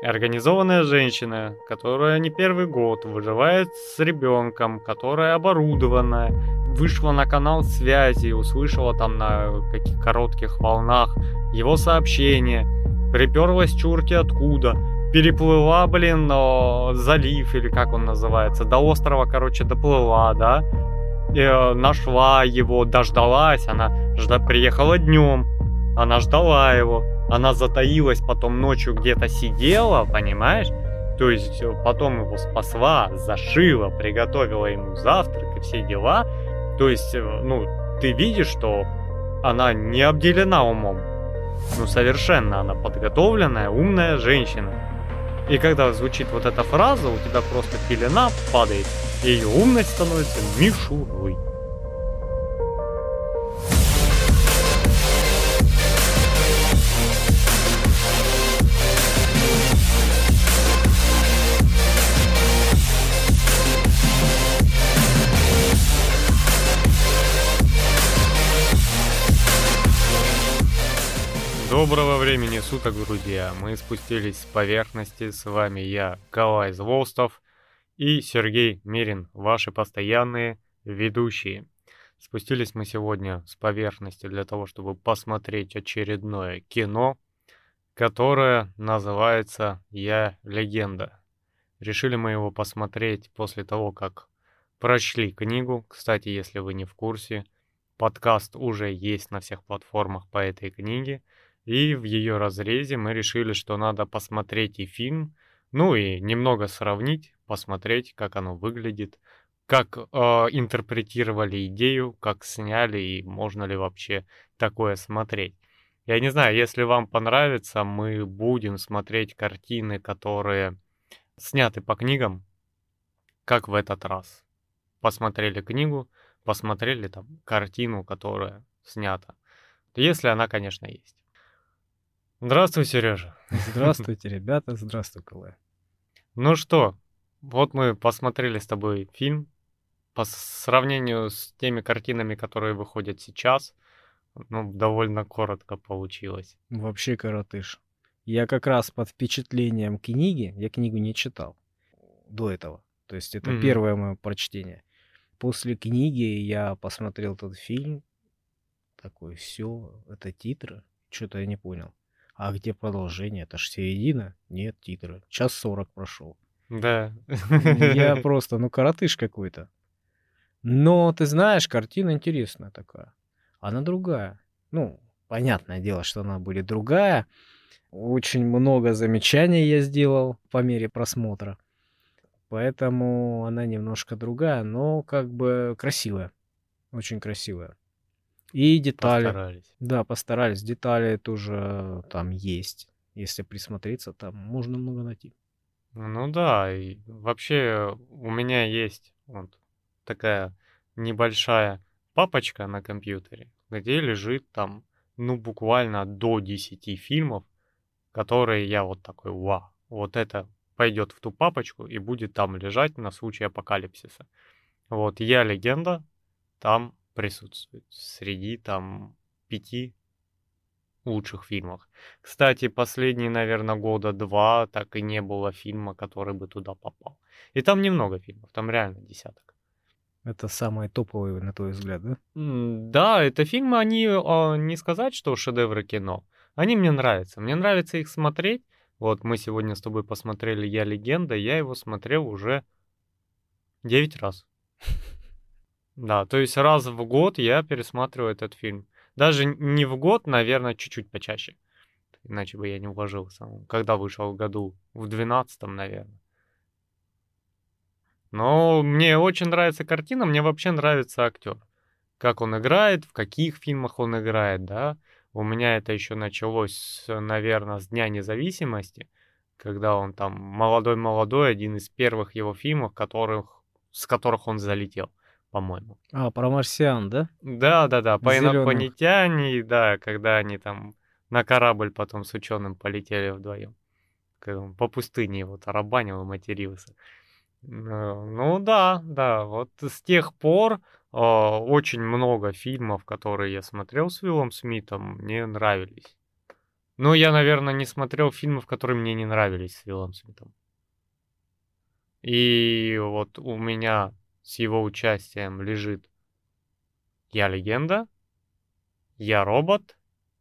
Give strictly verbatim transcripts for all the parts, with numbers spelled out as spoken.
Организованная женщина, которая не первый год выживает с ребенком, которая оборудованная, вышла на канал связи, услышала там на каких коротких волнах его сообщение, приперлась чурки откуда, переплыла, блин, о, залив, или как он называется, до острова, короче, доплыла, да, и, э, нашла его, дождалась, она жда- приехала днем, она ждала его, она затаилась, потом ночью где-то сидела, понимаешь? То есть э, потом его спасла, зашила, приготовила ему завтрак и все дела. То есть, э, ну, ты видишь, что она не обделена умом. Ну, совершенно она подготовленная, умная женщина. И когда звучит вот эта фраза, у тебя просто пелена падает, и ее умность становится мишурой. Доброго времени суток, друзья! Мы спустились с поверхности. С вами я, Калай Злостов, и Сергей Мирин, ваши постоянные ведущие. Спустились мы сегодня с поверхности для того, чтобы посмотреть очередное кино, которое называется «Я легенда». Решили мы его посмотреть после того, как прочли книгу. Кстати, если вы не в курсе, подкаст уже есть на всех платформах по этой книге. И в ее разрезе мы решили, что надо посмотреть и фильм, ну и немного сравнить, посмотреть, как оно выглядит, как э, интерпретировали идею, как сняли и можно ли вообще такое смотреть. Я не знаю, если вам понравится, мы будем смотреть картины, которые сняты по книгам, как в этот раз. Посмотрели книгу, посмотрели там картину, которая снята. Если она, конечно, есть. Здравствуй, Сережа. Здравствуйте, ребята. Здравствуй, Калай. Ну что, вот мы посмотрели с тобой фильм. По сравнению с теми картинами, которые выходят сейчас, ну, довольно коротко получилось. Вообще коротыш. Я как раз под впечатлением книги, я книгу не читал до этого. То есть это Мгм. первое мое прочтение. После книги я посмотрел тот фильм, такой, все, это титры. Что-то я не понял. А где продолжение? Это ж середина? Нет, титры. Час сорок прошел. Да. Я просто, ну, коротыш какой-то. Но, ты знаешь, картина интересная такая. Она другая. Ну, понятное дело, что она будет другая. Очень много замечаний я сделал по мере просмотра. Поэтому она немножко другая, но как бы красивая. Очень красивая. И детали. Постарались. Да, постарались. Детали тоже там есть. Если присмотреться, там можно много найти. Ну да, и вообще у меня есть вот такая небольшая папочка на компьютере, где лежит там, ну, буквально до десяти фильмов, которые я вот такой, вау, вот это пойдет в ту папочку и будет там лежать на случай апокалипсиса. Вот «Я легенда» там присутствует среди там пяти лучших фильмов. Кстати, последние, наверное, года два так и не было фильма, который бы туда попал. И там немного фильмов, там реально десяток. Это самые топовые, на твой взгляд, да? М, Да, это фильмы, они а, не сказать, что шедевры кино. Они мне нравятся. Мне нравится их смотреть. Вот мы сегодня с тобой посмотрели «Я легенда», я его смотрел уже девять раз. Да, то есть раз в год я пересматриваю этот фильм. Даже не в год, наверное, чуть-чуть почаще. Иначе бы я не уложился. Он когда вышел в году? В двенадцатом, наверное. Но мне очень нравится картина, мне вообще нравится актер. Как он играет, в каких фильмах он играет, да. У меня это еще началось, наверное, с Дня независимости, когда он там молодой-молодой, один из первых его фильмов, которых, с которых он залетел, по-моему. А, про марсиан, да? Да-да-да, по Зелёных. инопланетяне, да, когда они там на корабль потом с ученым полетели вдвоем. Когда он по пустыне его тарабанил и матерился. Ну ну да, да, вот с тех пор а, очень много фильмов, которые я смотрел с Уиллом Смитом, мне нравились. Ну, я, наверное, не смотрел фильмов, которые мне не нравились с Уиллом Смитом. И вот у меня с его участием лежит «Я легенда», «Я робот»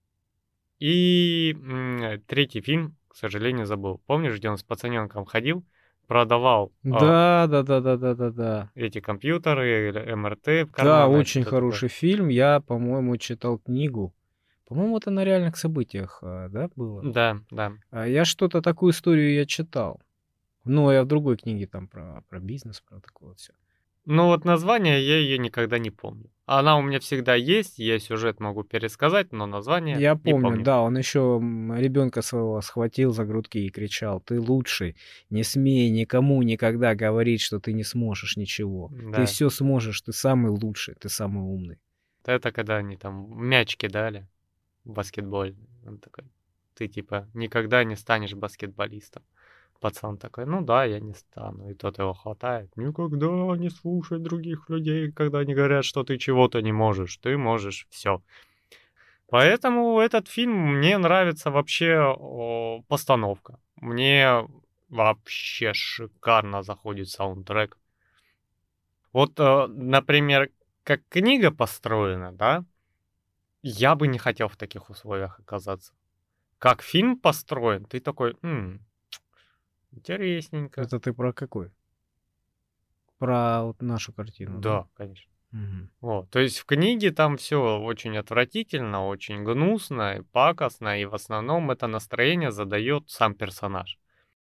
и м, третий фильм, к сожалению, забыл. Помнишь, где он с пацаненком ходил, продавал а, Да, да, да, да, да, да, да. эти компьютеры, или эм эр тэ в Да, карманное, очень что-то такое? хороший фильм. Я, по-моему, читал книгу. По-моему, это на реальных событиях, а, да, было? Да, да. А я что-то, такую историю я читал. Но я в другой книге там про, про бизнес, про такое вот все. Ну вот название я ее никогда не помню. Она у меня всегда есть, я сюжет могу пересказать, но название Я не помню, помню. да, он еще ребенка своего схватил за грудки и кричал: "Ты лучший, не смей никому никогда говорить, что ты не сможешь ничего. Ты Да. все сможешь, ты самый лучший, ты самый умный". Это когда они там мяч кидали в баскетболе. Он такой, ты типа никогда не станешь баскетболистом. Пацан такой, ну да, я не стану. И тот его хватает. Никогда не слушай других людей, когда они говорят, что ты чего-то не можешь. Ты можешь все. Поэтому этот фильм мне нравится вообще о, постановка. Мне вообще шикарно заходит саундтрек. Вот, э, например, как книга построена, да, я бы не хотел в таких условиях оказаться. Как фильм построен, ты такой, «М, интересненько». Это ты про какой? Про вот нашу картину, да? Да, конечно. Мгм. Вот. То есть в книге там все очень отвратительно, очень гнусно, и пакостно, и в основном это настроение задает сам персонаж.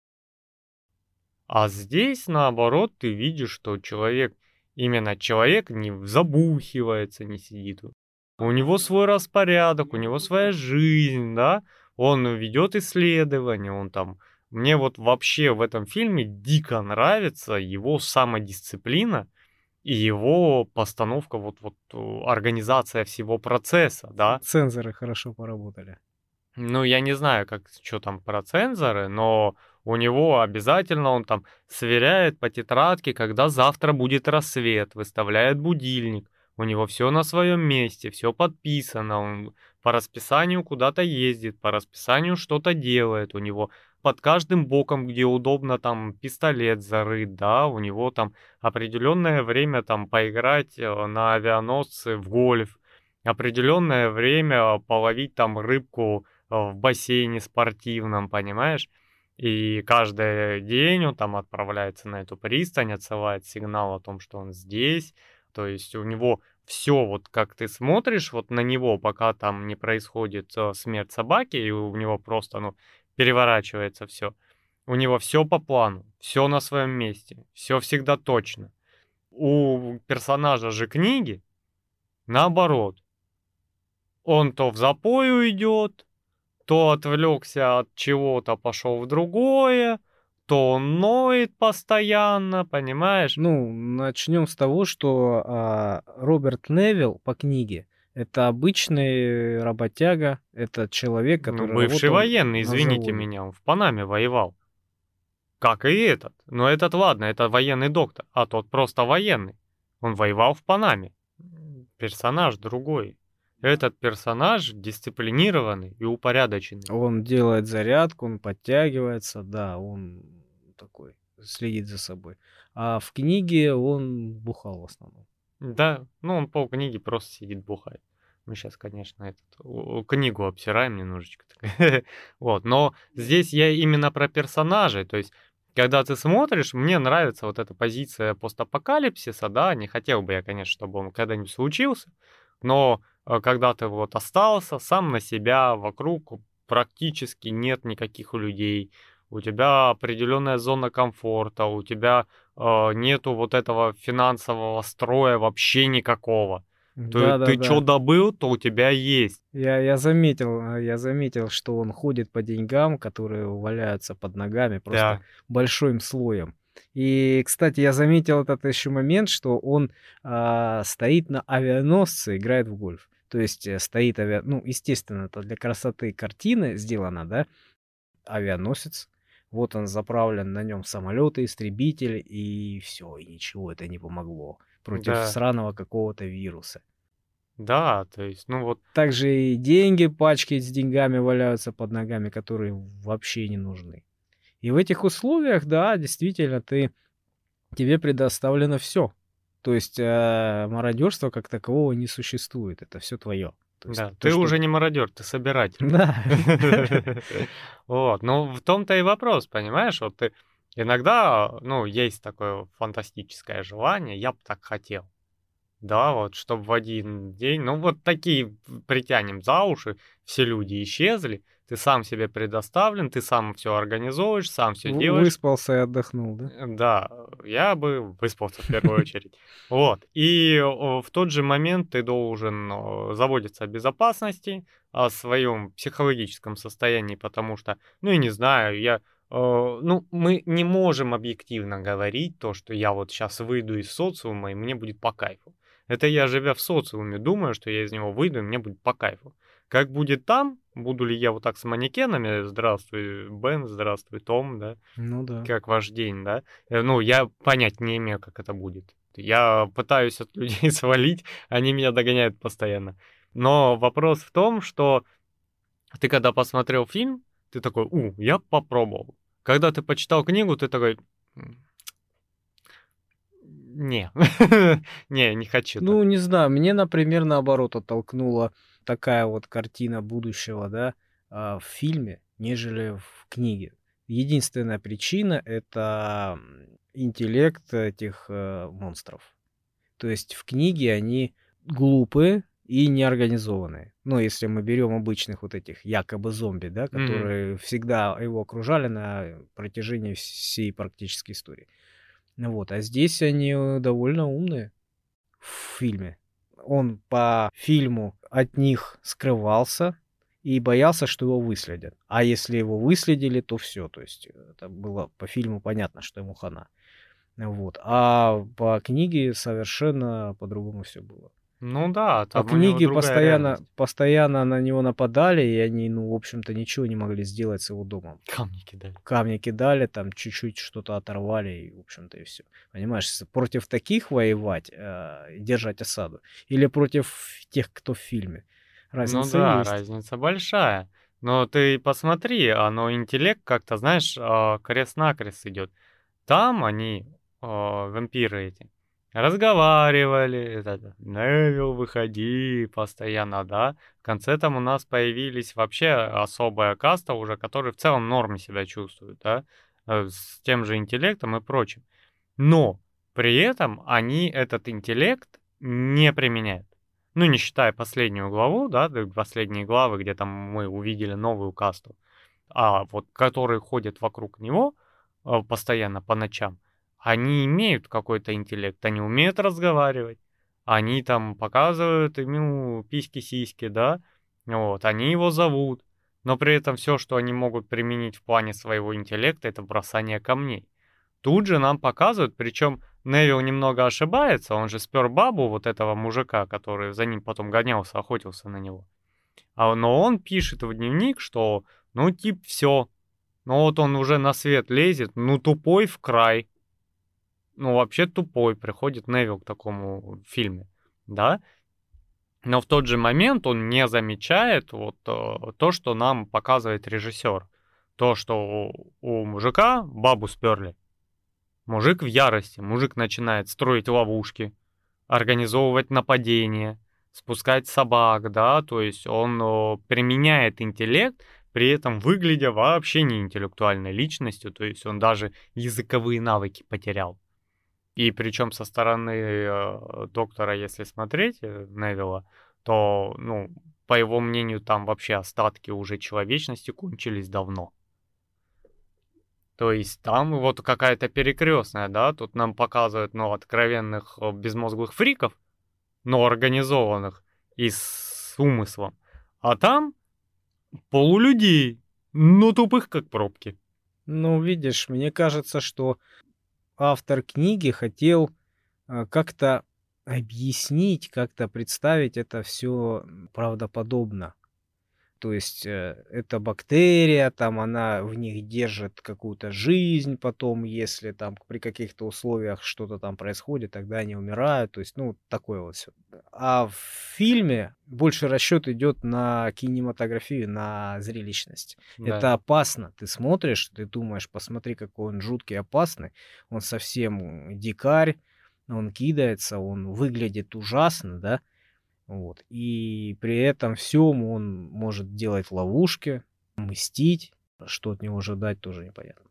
А здесь, наоборот, ты видишь, что человек, именно человек не забухивается, не сидит. У него свой распорядок, у него своя жизнь, да, он ведет исследования, он там... Мне вот вообще в этом фильме дико нравится его самодисциплина и его постановка, вот, вот э, организация всего процесса, да. Цензоры хорошо поработали. Ну, я не знаю, как, что там про цензоры, но у него обязательно он там сверяет по тетрадке, когда завтра будет рассвет, выставляет будильник. У него все на своем месте, все подписано, он по расписанию куда-то ездит, по расписанию что-то делает. У него под каждым боком, где удобно, там пистолет зарыт, да, у него там определенное время там поиграть э, на авианосце в гольф, определенное время половить там рыбку в бассейне спортивном, понимаешь? И каждый день он там отправляется на эту пристань, отсылает сигнал о том, что он здесь. То есть у него все, вот как ты смотришь вот на него, пока там не происходит э, смерть собаки, и у него просто, ну, переворачивается все. У него все по плану, все на своем месте, все всегда точно. У персонажа же книги наоборот. Он то в запой уйдет, то отвлекся от чего-то, пошел в другое, то он ноет постоянно, понимаешь? Ну, начнем с того, что, а, Роберт Невилл по книге — это обычный работяга, это человек, Ну, который бывший работал военный, на извините заводе. меня, он в Панаме воевал. Как и этот. Но этот, ладно, это военный доктор, а тот просто военный. Он воевал в Панаме. М, Персонаж другой. Этот персонаж дисциплинированный и упорядоченный. Он делает зарядку, он подтягивается, да, он такой, следит за собой. А в книге он бухал в основном. Да, ну он полкниги просто сидит бухает. Мы сейчас, конечно, этот, у- у- книгу обсираем немножечко. так. Вот, но здесь я именно про персонажей. То есть, когда ты смотришь, мне нравится вот эта позиция постапокалипсиса, да, не хотел бы я, конечно, чтобы он когда-нибудь случился, но э, когда ты вот остался сам на себя, вокруг практически нет никаких людей, у тебя определенная зона комфорта, у тебя а, нету вот этого финансового строя вообще никакого. Ты, ты Да-да-да. что добыл, то у тебя есть. Я я заметил, а, я заметил, что он ходит по деньгам, которые валяются под ногами просто Да, большим слоем. И, кстати, я заметил этот еще момент, что он, а, стоит на авианосце, играет в гольф. То есть, э, стоит авиа ну, естественно, это для красоты картины сделано, да. Авианосец, вот он заправлен, на нем самолеты, истребитель, и все, и ничего это не помогло против да. сраного какого-то вируса. Да, то есть, ну вот, Также и деньги, пачки с деньгами валяются под ногами, которые вообще не нужны. И в этих условиях, да, действительно, ты тебе предоставлено все. То есть, э, мародерства как такового не существует. Это все твое. То есть да, то, ты что уже не мародер, ты собиратель. Да. Вот, ну в том-то и вопрос, понимаешь? Вот ты иногда, ну, есть такое фантастическое желание, я бы так хотел. Да, вот, чтобы в один день, ну, вот такие в- притянем за уши, все люди исчезли, ты сам себе предоставлен, ты сам все организовываешь, сам все В делаешь. выспался и отдохнул, да? Э, Да, я бы выспался в первую очередь. Вот. И о, в тот же момент ты должен о, заботиться о безопасности, о своем психологическом состоянии, потому что, ну, я не знаю, я, э, ну, мы не можем объективно говорить то, что я вот сейчас выйду из социума, и мне будет по кайфу. Это я, живя в социуме, думаю, что я из него выйду, и мне будет по кайфу. Как будет там, буду ли я вот так с манекенами, здравствуй, Бен, здравствуй, Том, да, Ну да. как ваш день, да? Э, ну, я понять не имею, как это будет. Я пытаюсь от людей свалить, они меня догоняют постоянно. Но вопрос в том, что ты когда посмотрел фильм, ты такой: "У, я попробовал". Когда ты почитал книгу, ты такой: "М, не, не, не хочу так". Ну, не знаю, мне, например, наоборот, оттолкнула такая вот картина будущего, да, а, в фильме, нежели в книге. Единственная причина — это, м, интеллект этих, э, монстров. То есть в книге они глупые и неорганизованные. Ну, если мы берем обычных вот этих якобы зомби, да, Мгм. которые всегда его окружали на протяжении всей практически истории. Ну вот, а здесь они, э, довольно умные в фильме. Он по фильму от них скрывался и боялся, что его выследят. А если его выследили, то все, то есть, э, это было по фильму понятно, что ему хана. Вот. А по книге совершенно по-другому все было. Ну да, По там у него книге другая постоянно реальность. постоянно на него нападали, и они, ну, в общем-то, ничего не могли сделать с его домом. Камни кидали. Камни кидали, там чуть-чуть что-то оторвали, и, в общем-то, и все. Понимаешь, с против таких воевать, э, и держать осаду или против тех, кто в фильме? Ну Разница да, есть. разница большая. Но ты посмотри, оно интеллект как-то, знаешь, а, крест-накрест идет. Там они, а, вампиры эти, разговаривали, это, Невил, выходи, постоянно, да. В конце там у нас появились вообще особая каста уже, которые в целом в норме себя чувствуют, да, э, с тем же интеллектом и прочим. Но при этом они этот интеллект не применяют. Ну, не считая последнюю главу, да, д- последние главы, где там мы увидели новую касту, а вот которые ходят вокруг него э, постоянно по ночам, они имеют какой-то интеллект, они умеют разговаривать, они там показывают ему письки-сиськи, да, вот, они его зовут, но при этом все, что они могут применить в плане своего интеллекта, это бросание камней. Тут же нам показывают, причем Невил немного ошибается, он же спер бабу вот этого мужика, который за ним потом гонялся, охотился на него. А, но он пишет в дневник, что, ну, тип, все. Ну, вот он уже на свет лезет, ну, тупой в край. Ну, вообще тупой, приходит Невил к такому в фильме, да? Но в тот же момент он не замечает вот э, то, что нам показывает режиссер. То, что у, у мужика бабу сперли. Мужик в ярости. Мужик начинает строить ловушки, организовывать нападения, спускать собак, да, то есть он о, применяет интеллект, при этом выглядя вообще не интеллектуальной личностью, то есть он даже языковые навыки потерял. И причем со стороны э, доктора, если смотреть, э, Невилла, то, ну, по его мнению, там вообще остатки уже человечности кончились давно. То есть там вот какая-то перекрестная, да, тут нам показывают, ну, откровенных э, безмозглых фриков, но организованных и с умыслом. А там полулюдей, но тупых как пробки. Ну, видишь, мне кажется, что автор книги хотел, а, как-то объяснить, как-то представить это все правдоподобно. То есть э, эта бактерия, там она в них держит какую-то жизнь, потом, если там при каких-то условиях что-то там происходит, тогда они умирают. То есть, ну, такое вот все. А в фильме больше расчет идет на кинематографию, на зрелищность. Да. Это опасно. Ты смотришь, ты думаешь, посмотри, какой он жуткий, опасный. Он совсем дикарь, он кидается, он выглядит ужасно, да? Вот. И при этом всем он может делать ловушки, мстить. Что от него ожидать, тоже непонятно.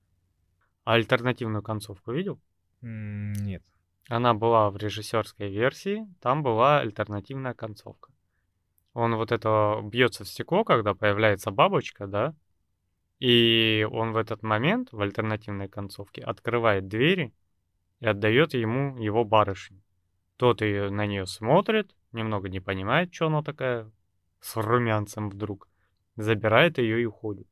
А альтернативную концовку видел? М, Нет. Она была в режиссерской версии, там была альтернативная концовка. Он вот это бьется в стекло, когда появляется бабочка, да, и он в этот момент, в альтернативной концовке, открывает двери и отдает ему его барышню. Тот ее, на нее смотрит, немного не понимает, что она такая, с румянцем вдруг, забирает ее и уходит.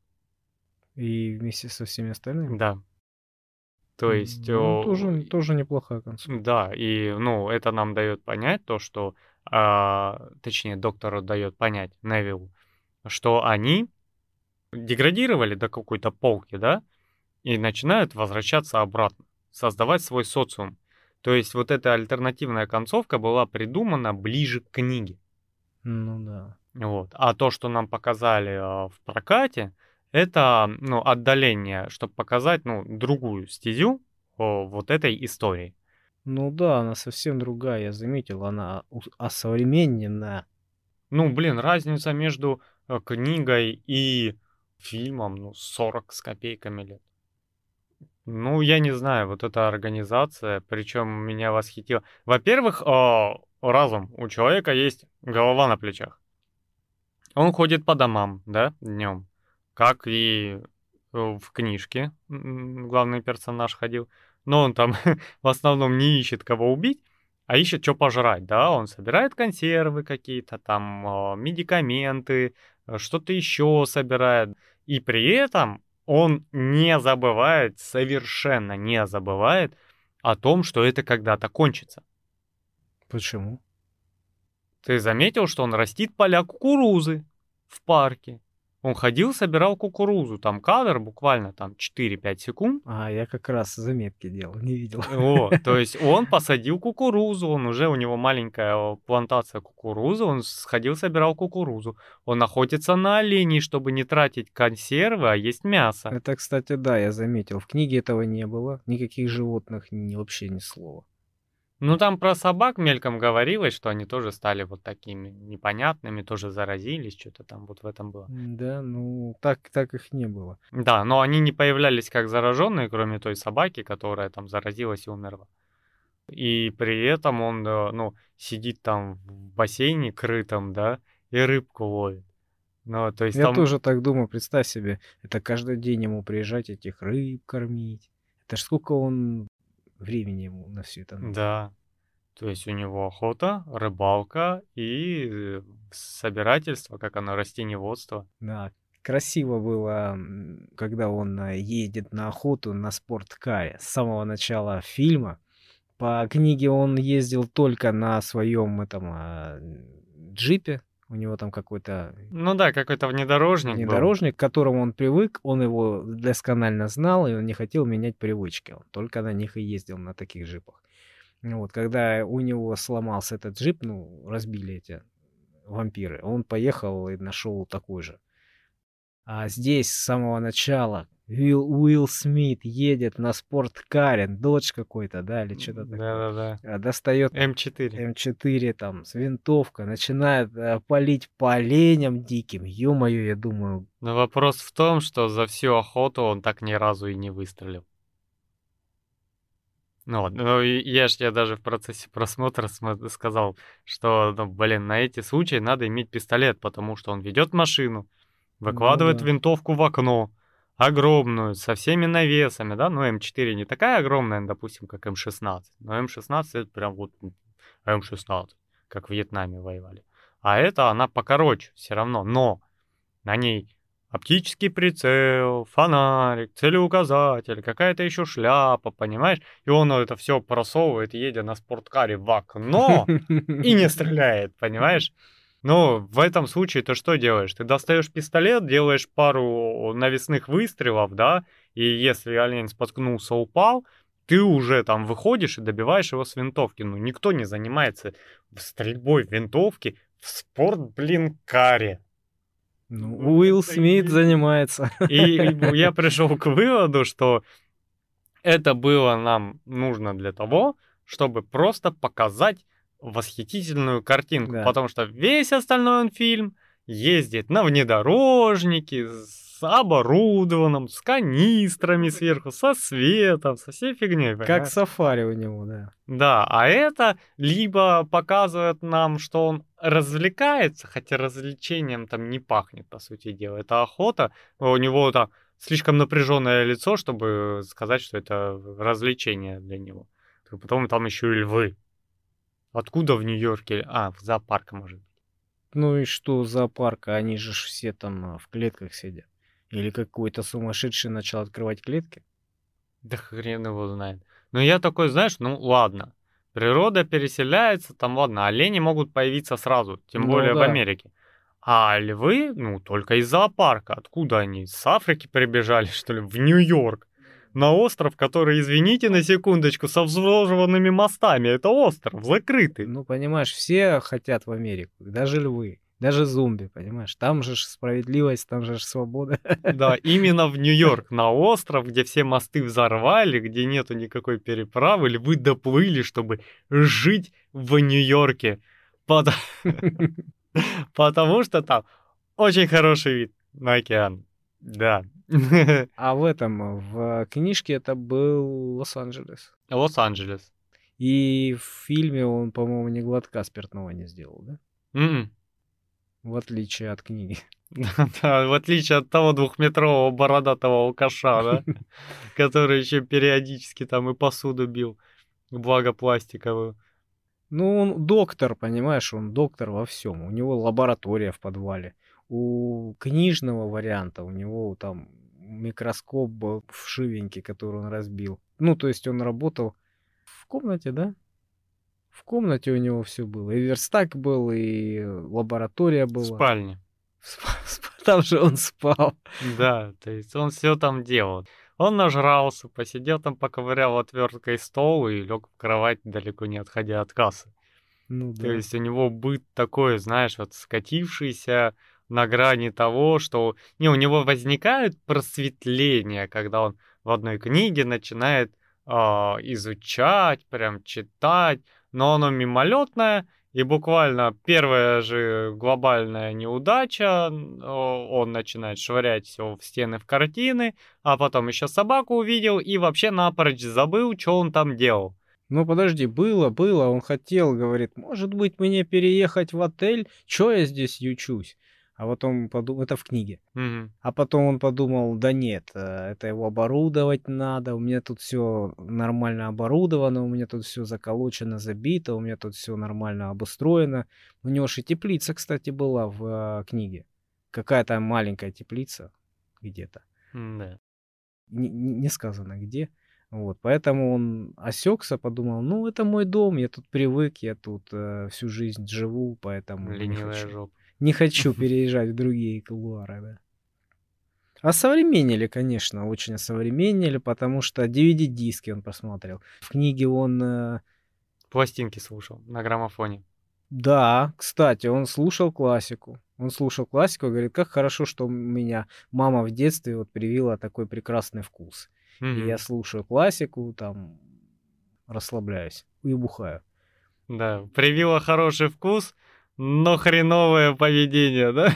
И вместе со всеми остальными? Да. То есть... Ну, о, тоже, тоже неплохая концовка. Да, и, ну, это нам дает понять то, что, а, точнее, доктору дает понять, Невиллу, что они деградировали до какой-то полки, да, и начинают возвращаться обратно, создавать свой социум. То есть вот эта альтернативная концовка была придумана ближе к книге. Ну да. Вот. А то, что нам показали а, в прокате, это, ну, отдаление, чтобы показать, ну, другую стезю о, вот этой истории. Ну да, она совсем другая, я заметил, она ус- осовременнена. Ну, блин, разница между э, книгой и фильмом, ну, сорок с копейками лет. Ну, я не знаю, вот эта организация, причем меня восхитило. Во-первых, а, разум. У человека есть голова на плечах. Он ходит по домам, да, днем, как и э, в книжке м, главный персонаж ходил. Но он там в основном не ищет, кого убить, а ищет, что пожрать, да. Он собирает консервы какие-то, там, а, медикаменты, э, что-то еще собирает. И при этом он не забывает, совершенно не забывает о том, что это когда-то кончится. Почему? Ты заметил, что он растит поля кукурузы в парке? Он ходил, собирал кукурузу. Там кадр буквально там четыре-пять секунд. А, я как раз заметки делал, не видел. Вот, то есть он посадил кукурузу, он уже, у него маленькая э, плантация кукурузы, он сходил, собирал кукурузу. Он охотится на оленей, чтобы не тратить консервы, а есть мясо. Это, кстати, да, я заметил. В книге этого не было. Никаких животных, ни, вообще ни слова. Ну, там про собак мельком говорилось, что они тоже стали вот такими непонятными, тоже заразились, что-то там вот в этом было. Да, ну, так, так их не было. Да, но они не появлялись как зараженные, кроме той собаки, которая там заразилась и умерла. И при этом он, э, ну, сидит там в бассейне крытом, да, и рыбку ловит. Ну, то есть Я там... тоже так думаю, представь себе, это каждый день ему приезжать, этих рыб кормить. Это ж сколько он времени ему на все это надо. Да. То есть у него охота, рыбалка и э, собирательство, как оно, растениеводство. Да, красиво было, м, когда он а, едет на охоту на спорткаре с самого начала фильма. По книге он ездил только на своем этом а, джипе. У него там какой-то Ну да, какой-то внедорожник был. внедорожник, к которому он привык, он его досконально знал, и он не хотел менять привычки. Он только на них и ездил, на таких джипах. Ну вот, когда у него сломался этот джип, ну, разбили эти вампиры, он поехал и нашел такой же. А здесь с самого начала Уилл, Уилл Смит едет на спорткаре, додж какой-то, да, или что-то такое. Да-да-да. А, Достает эм четыре. эм четыре там с винтовка, начинает э, палить по оленям диким. Ё-моё, я думаю, Но вопрос в том, что за всю охоту он так ни разу и не выстрелил. Ну вот, ну и я ж тебе даже в процессе просмотра смо- сказал, что, ну, блин, на эти случаи надо иметь пистолет, потому что он ведет машину, выкладывает да. винтовку в окно, огромную, со всеми навесами, да, ну эм четыре не такая огромная, допустим, как эм шестнадцать, но эм шестнадцать это прям вот эм шестнадцать, как в Вьетнаме воевали. А это она покороче все равно, но на ней оптический прицел, фонарик, целеуказатель, какая-то еще шляпа, понимаешь? И он это все просовывает, едя на спорткаре в окно и не стреляет, понимаешь? Ну, в этом случае ты что делаешь? Ты достаешь пистолет, делаешь пару навесных выстрелов, да, и если олень споткнулся, упал, ты уже там выходишь и добиваешь его с винтовки. Ну, никто не занимается стрельбой винтовки в спорт, блин, каре. Ну, Ну, Уилл это Смит и... занимается. И я пришел к выводу, что это было нам нужно для того, чтобы просто показать восхитительную картинку, Да. потому что весь остальной он фильм ездит на внедорожнике, с оборудованным, с канистрами сверху, со светом, со всей фигней, Как понимаешь? сафари у него, да. Да, а это либо показывает нам, что он развлекается, хотя развлечением там не пахнет, по сути дела. Это охота, у него там слишком напряженное лицо, чтобы сказать, что это развлечение для него. Потом там еще и львы. Откуда в Нью-Йорке? А, в зоопарке, может быть. Ну и что зоопарка? Они же ж все там а, в клетках сидят. Или какой-то сумасшедший начал открывать клетки? Да хрен его знает. Но я такой, знаешь, ну ладно. Природа переселяется, там ладно, олени могут появиться сразу, тем Ну более в да. Америке. А львы, ну, только из зоопарка. Откуда они? С Африки прибежали, что ли, в Нью-Йорк? На остров, который, извините на секундочку, со взложенными мостами. Это остров, закрытый. Ну, понимаешь, все хотят в Америку, даже львы, даже зомби, понимаешь? Там же ж справедливость, там же ж свобода. Да, именно в Нью-Йорк, на остров, где все мосты взорвали, где нету никакой переправы, львы доплыли, чтобы жить в Нью-Йорке. Пото- Потому что там очень хороший вид на океан. Да. А в этом, в книжке это был Лос-Анджелес. Лос-Анджелес. И в фильме он, по-моему, ни глотка спиртного не сделал, да? М. В отличие от книги. Да, в отличие от того двухметрового бородатого алкаша, да, который еще периодически там и посуду бил, благо пластиковую. Ну, он доктор, понимаешь, он доктор во всем. У него лаборатория в подвале. У книжного варианта у него там микроскоп был вшивенький, который он разбил. Ну, то есть он работал в комнате, да? В комнате у него все было. И верстак был, и лаборатория В была. спальне. В спа- спа- Там же он спал. Да, то есть он все там делал. Он нажрался, посидел там, поковырял отверткой стол и лег в кровать, далеко не отходя от кассы. Ну То да. есть у него быт такой, знаешь, вот скатившийся на грани того, что... Не, у него возникают просветления, когда он в одной книге начинает а, изучать, прям читать, но оно мимолетное, и буквально первая же глобальная неудача, н- о, он начинает швырять все в стены, в картины, а потом еще собаку увидел и вообще напрочь забыл, что он там делал. Ну подожди, было, было. Он хотел, говорит, может быть, мне переехать в отель? Чё я здесь ючусь? А вот он подумал, это в книге. Мгм. А потом он подумал, да нет, э, это его оборудовать надо, у меня тут все нормально оборудовано, у меня тут все заколочено, забито, у меня тут все нормально обустроено. У него же и теплица, кстати, была в э, книге. Какая-то маленькая теплица где-то. Да. Не, не не сказано где. Вот, поэтому он осекся, подумал, ну, это мой дом, я тут привык, я тут э, всю жизнь живу, поэтому не Ленивая хочу. жопа. Не хочу переезжать в другие кулуары, да. Осовременили, конечно, очень осовременили, потому что ди ви ди-диски он посмотрел. В книге он, э, Пластинки слушал на граммофоне. да, кстати, он слушал классику. Он слушал классику и говорит, как хорошо, что у меня мама в детстве вот привила такой прекрасный вкус. И я Мгм. слушаю классику, там расслабляюсь и бухаю. Да, привила хороший вкус, но хреновое поведение, да?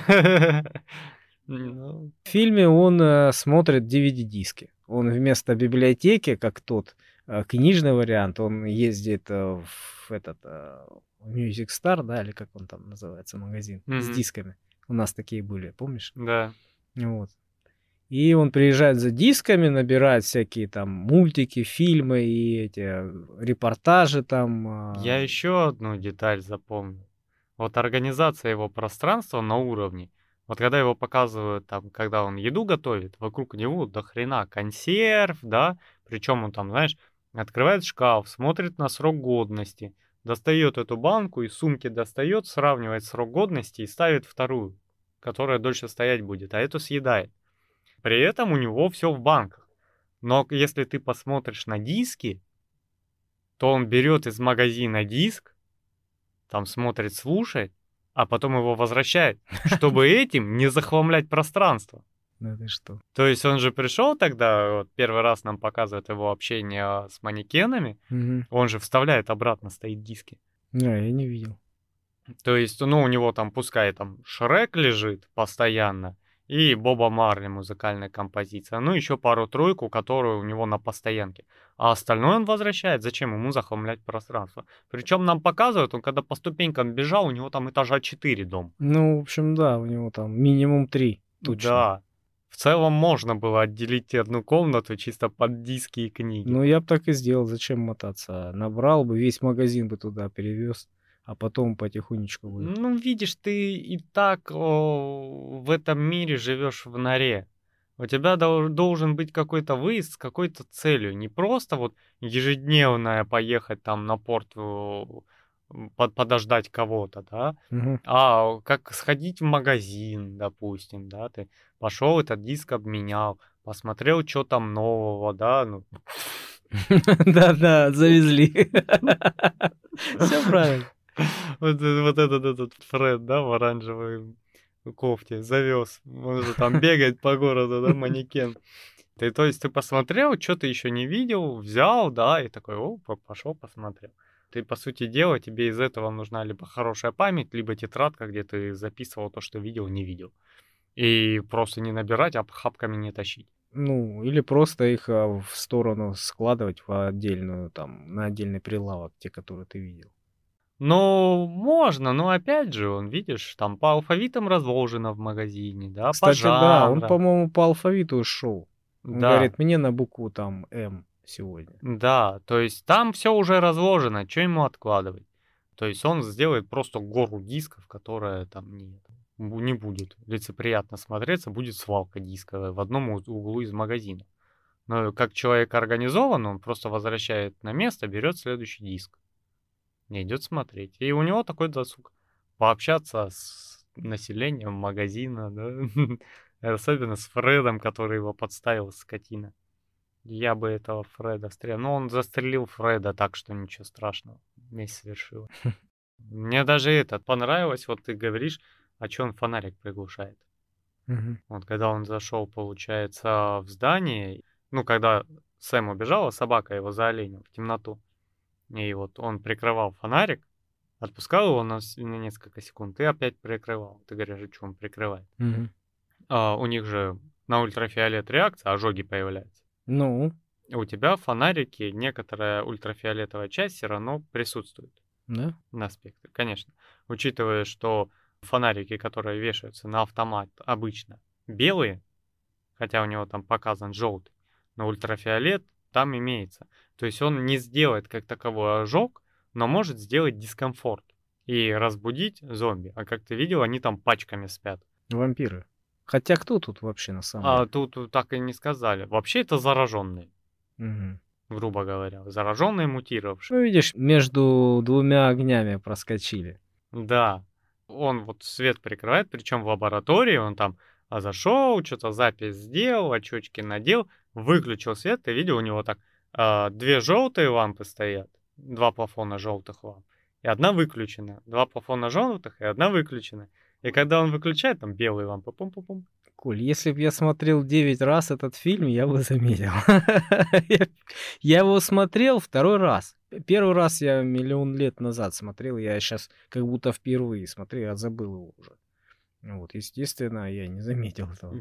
Ну, В фильме он э, смотрит ди ви ди-диски. Он вместо библиотеки, как тот э, книжный вариант, он ездит э, в этот э, Music Star, да, или как он там называется, магазин с мгм, дисками. У нас такие были, помнишь? да. Вот. И он приезжает за дисками, набирает всякие там мультики, фильмы и эти э, репортажи там. Я а, еще одну деталь запомнил. Вот организация его пространства на уровне. Вот когда его показывают там, когда он еду готовит, вокруг него до хрена консерв, да, причем он там, знаешь, открывает шкаф, смотрит на срок годности, достает эту банку, из сумки достает, сравнивает срок годности и ставит вторую, которая дольше стоять будет, а эту съедает. При этом у него все в банках. Но если ты посмотришь на диски, то он берет из магазина диск, там смотрит, слушает, а потом его возвращает, чтобы этим не захламлять пространство. Да ты что? То есть он же пришел тогда, вот первый раз нам показывает его общение с манекенами, Мгм. он же вставляет обратно, стоит диски. Не, я не видел. То есть, ну, у него там, пускай там Шрек лежит постоянно, и Боба Марли музыкальная композиция, ну, еще пару-тройку, которую у него на постоянке. А остальное он возвращает. Зачем ему захламлять пространство? Причем нам показывают, он когда по ступенькам бежал, у него там этажа четыре дом. Ну, в общем, да, у него там минимум три, точно. Да. В целом можно было отделить одну комнату чисто под диски и книги. Ну, я бы так и сделал. Зачем мотаться? Набрал бы, весь магазин бы туда перевез, а потом потихонечку бы. Ну, видишь, ты и так о, в этом мире живешь в норе. У тебя дол- должен быть какой-то выезд с какой-то целью. Не просто вот ежедневная поехать там на порт э, под- подождать кого-то, да, Мгм. а как сходить в магазин, допустим, да, ты пошел этот диск обменял, посмотрел, что там нового, да, ну. Да-да, завезли. Все правильно. Вот, э, вот этот, этот Фред, да, в оранжевой кофте завез. Он же там бегает по городу, да, манекен. Ты, то есть ты посмотрел, что ты еще не видел, взял, да, и такой, о, по- пошел посмотрел. Ты, по сути дела, тебе из этого нужна либо хорошая память, либо тетрадка, где ты записывал то, что видел, не видел. И просто не набирать, а хапками не тащить. Ну, или просто их а, в сторону складывать в отдельную, там, на отдельный прилавок, те, которые ты видел. Ну, можно, но опять же, он, видишь, там по алфавитам разложено в магазине, да, по Кстати, да, он, жанрам. по-моему, по алфавиту шел. Он Да, говорит, мне на букву там М сегодня. да, то есть там все уже разложено, что ему откладывать? То есть он сделает просто гору дисков, которая там не, бу- не будет лицеприятно смотреться, будет свалка дисковая в одном у- углу из магазина. Но как человек организован, он просто возвращает на место, берет следующий диск и идет смотреть. И у него такой досуг. Пообщаться с населением магазина, да? Особенно с Фредом, который его подставил, скотина. Я бы этого Фреда стрелял. Но он застрелил Фреда, так что ничего страшного. Месть совершила. Мне даже это понравилось. Вот ты говоришь, а что он фонарик приглушает. Мгм. Вот когда он зашел, получается, в здание, ну, когда Сэм убежал, а собака его за оленем в темноту. И вот он прикрывал фонарик, отпускал его на, с- на несколько секунд и опять прикрывал. Ты говоришь, а что он прикрывает? Мгм. А, у них же на ультрафиолет реакция, ожоги появляются. Ну, У тебя в фонарике некоторая ультрафиолетовая часть все равно присутствует да. на спектре, конечно. Учитывая, что фонарики, которые вешаются на автомат, обычно белые, хотя у него там показан желтый, но ультрафиолет там имеется. То есть он не сделает как таковой ожог, но может сделать дискомфорт и разбудить зомби. А как ты видел, они там пачками спят. Вампиры. Хотя кто тут вообще на самом А деле? тут э, так и не сказали. Вообще это зараженные, Мгм. грубо говоря. Зараженные, мутировавшие. Ну, видишь, между двумя огнями проскочили. Да, он вот свет прикрывает, причем в лаборатории он там а зашел, что-то запись сделал, очечки надел, выключил свет, ты видел, у него так а, две желтые лампы стоят, два плафона желтых ламп, и одна выключена, два плафона желтых и одна выключена. И когда он выключает, там белые лампы, пум-пум-пум. Коль, если бы я смотрел девять раз этот фильм, я бы заметил. Я я его смотрел второй раз. Первый раз я миллион лет назад смотрел, я сейчас как будто впервые смотрел, я забыл его уже. Вот, естественно, я не заметил этого.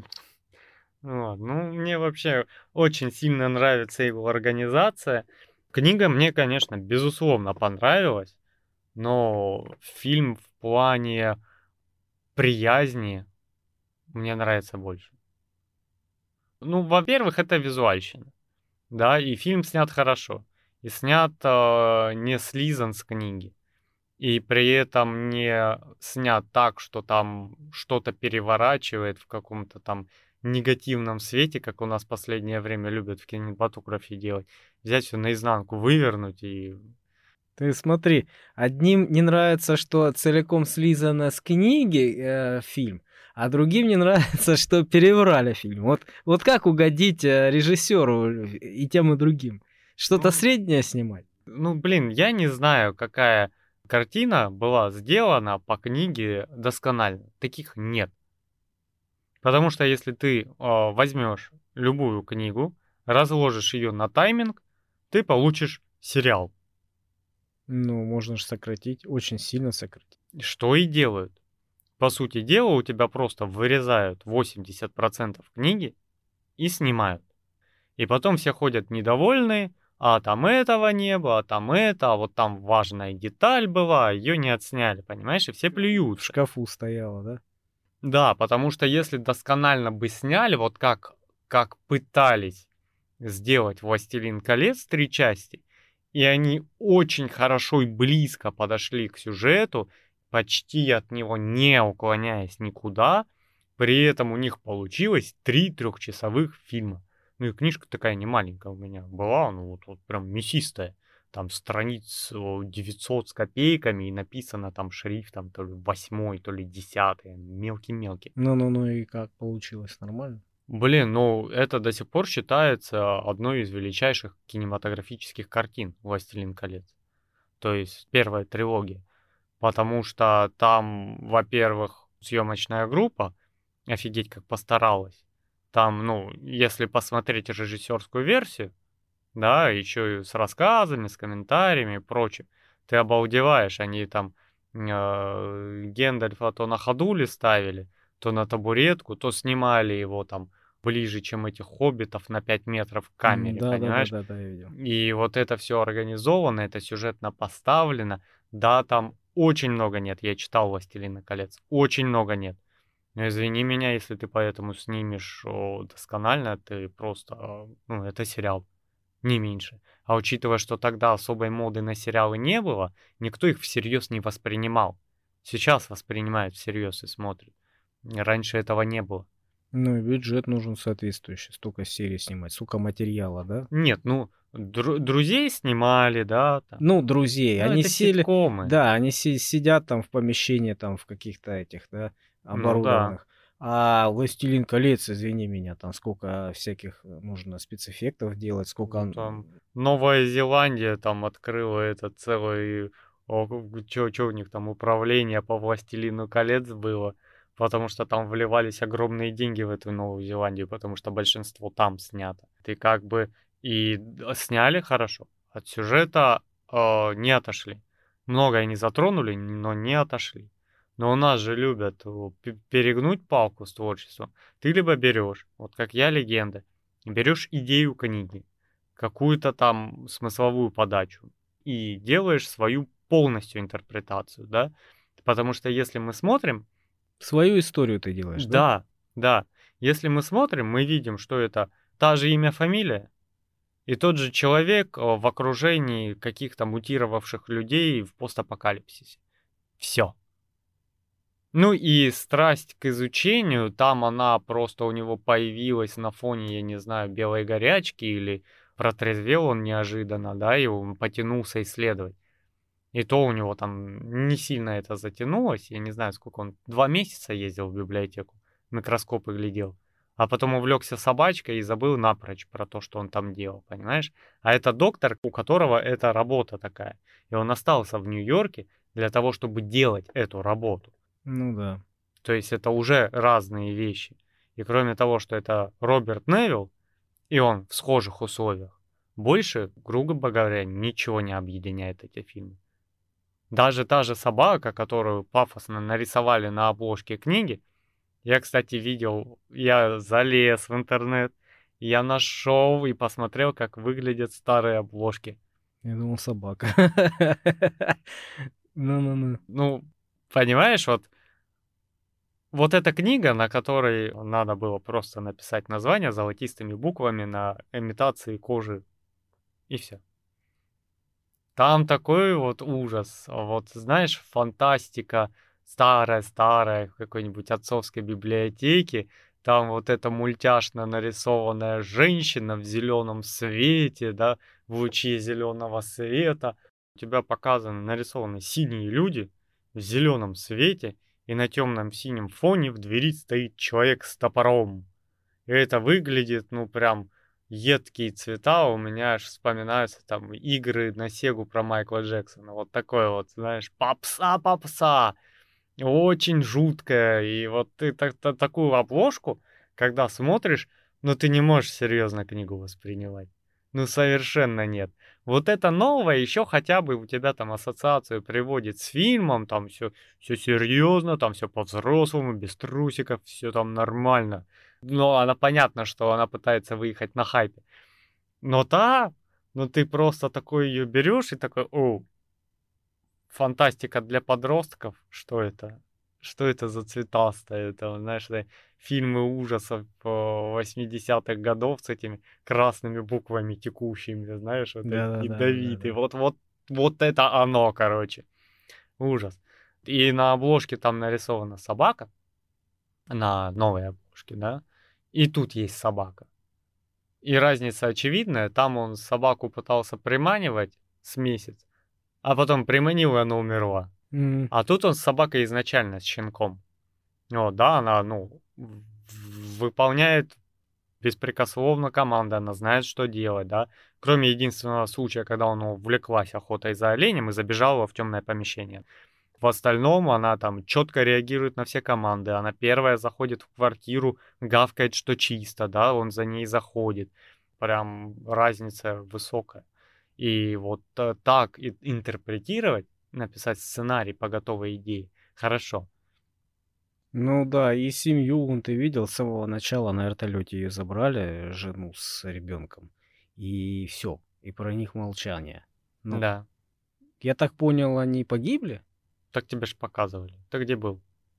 Вот. Ну, мне вообще очень сильно нравится его организация. Книга мне, конечно, безусловно понравилась, но фильм в плане приязни мне нравится больше. Ну, во-первых, это визуальщина, да, и фильм снят хорошо, и снят э, не слизан с книги, и при этом не снят так, что там что-то переворачивает в каком-то там негативном свете, как у нас в последнее время любят в кинематографе делать. Взять все наизнанку, вывернуть и Ты смотри, одним не нравится, что целиком слизано с книги, э, фильм, а другим не нравится, что переврали фильм. Вот вот как угодить, э, режиссёру и тем, и другим? Что-то Ну среднее снимать? ну, блин, я не знаю, какая картина была сделана по книге досконально. Таких нет. Потому что если ты, а, возьмешь любую книгу, разложишь ее на тайминг, ты получишь сериал. Ну, можно ж сократить, очень сильно сократить. Что и делают. По сути дела, у тебя просто вырезают восемьдесят процентов книги и снимают. И потом все ходят недовольные, а там этого не было, а там это, а вот там важная деталь была, ее не отсняли, понимаешь, и все В плюются. шкафу стояла, да? Да, потому что если досконально бы сняли, вот как, как пытались сделать «Властелин колец» три части, и они очень хорошо и близко подошли к сюжету, почти от него не уклоняясь никуда, при этом у них получилось три трехчасовых фильма. Ну и книжка такая не маленькая у меня была, ну вот, вот прям мясистая. Там страниц о, девятьсот с копейками, и написано там шрифтом то ли восьмой, то ли десятый, мелкий-мелкий. Ну-ну-ну, и как получилось? Нормально? Блин, ну это до сих пор считается одной из величайших кинематографических картин «Властелин колец». То есть первая трилогия. Потому что там, во-первых, съемочная группа, офигеть как постаралась. Там, ну, если посмотреть режиссерскую версию, да, еще и с рассказами, с комментариями и прочим, ты обалдеваешь. Они там э, Гендальфа то на ходули ставили, то на табуретку, то снимали его там ближе, чем этих хоббитов на пять метров к М, камере, понимаешь? да-да-да-да-да, я видел. И вот это все организовано, это сюжетно поставлено. Да, там очень много нет. Я читал «Властелина колец». Очень много нет. Но извини меня, если ты поэтому снимешь о, досконально, ты просто... а, Ну, это сериал, не меньше. А учитывая, что тогда особой моды на сериалы не было, никто их всерьез не воспринимал. Сейчас воспринимают всерьез и смотрят. Раньше этого не было. Ну и бюджет нужен соответствующий. Столько серий снимать, столько материала, да? Нет, ну, дру- друзей снимали, да, там. Ну, друзей. Ну, Они это сели, ситкомы. да, они си- сидят там в помещении, там в каких-то этих, да, Ну да. оборудованных. А «Властелин колец», извини меня, там сколько всяких э, нужно спецэффектов делать, сколько... Ну, там м, Новая Зеландия там открыла этот целый... Что у них там управление по «Властелину колец» было. Потому что там вливались огромные деньги в эту Новую Зеландию, потому что большинство там снято. Ты как бы и д- сняли хорошо. От сюжета э, не отошли. Многое не затронули, но не отошли. Но у нас же любят э, пе- перегнуть палку с творчеством. Ты либо берешь, вот как я «Легенда», берешь идею книги, какую-то там смысловую подачу и делаешь свою полностью интерпретацию, да? Потому что если мы смотрим, Свою историю ты делаешь, да? да, да, если мы смотрим, мы видим, что это та же имя, фамилия и тот же человек э, в окружении каких-то мутировавших людей в постапокалипсисе. Все. Ну и страсть к изучению, там она просто у него появилась на фоне, я не знаю, белой горячки или протрезвел он неожиданно, да, и он потянулся исследовать. И то у него там не сильно это затянулось, я не знаю, сколько он, два месяца ездил в библиотеку, микроскопы глядел, а потом увлекся собачкой и забыл напрочь про то, что он там делал, понимаешь? А это доктор, у которого это работа такая, и он остался в Нью-Йорке для того, чтобы делать эту работу. Ну да. То есть это уже разные вещи. И кроме того, что это Роберт Невилл, и он в схожих условиях, больше, грубо говоря, ничего не объединяет эти фильмы. Даже та же собака, которую пафосно нарисовали на обложке книги, я, кстати, видел, я залез в интернет, я нашел и посмотрел, как выглядят старые обложки. Я думал, собака. Ну-ну-ну. Ну, понимаешь, вот Вот эта книга, на которой надо было просто написать название золотистыми буквами на имитации кожи, и все. Там такой вот ужас. Вот знаешь, фантастика старая-старая в какой-нибудь отцовской библиотеке. Там вот эта мультяшно нарисованная женщина в зеленом свете, да, в луче зеленого света. У тебя показаны, нарисованы синие люди в зеленом свете, и на темном синем фоне в двери стоит человек с топором. И это выглядит, ну, прям едкие цвета. У меня аж вспоминаются там игры на Сегу про Майкла Джексона. Вот такое вот, знаешь, попса, попса. Очень жуткая. И вот ты так, та- такую обложку, когда смотришь, ну, ты не можешь серьезно книгу воспринимать. Ну, совершенно нет. Вот это новое еще хотя бы у тебя там ассоциацию приводит с фильмом, там все, все серьезно, там все по-взрослому, без трусиков, все там нормально. Но она понятно, что она пытается выехать на хайпе. Но та, ну ты просто такой ее берешь и такой, о, фантастика для подростков, что это? Что это за цветастое? Это, знаешь, это фильмы ужасов восьмидесятых годов с этими красными буквами текущими, знаешь, вот эти ядовитые. Да-да-да-да-да. Вот, вот, вот это оно, короче. Ужас. И на обложке там нарисована собака, на новой обложке, да, и тут есть собака. И разница очевидная, там он собаку пытался приманивать с месяц, а потом приманил, и она умерла. М. А тут он с собакой изначально, с щенком. Вот, да, она, ну, в- выполняет беспрекословно команды, она знает, что делать, да. Кроме единственного случая, когда он увлеклась охотой за оленем и забежала в темное помещение. В остальном она там четко реагирует на все команды. Она первая заходит в квартиру, гавкает, что чисто, да, он за ней заходит. Прям разница высокая. И вот э, так и- интерпретировать, написать сценарий по готовой идее, хорошо. Ну да, и семью, вон ты видел, с самого начала на вертолете ее забрали, жену с ребенком. И все. И про них молчание. Ну, Да, я так понял, они погибли? так тебе ж показывали. Ты где был?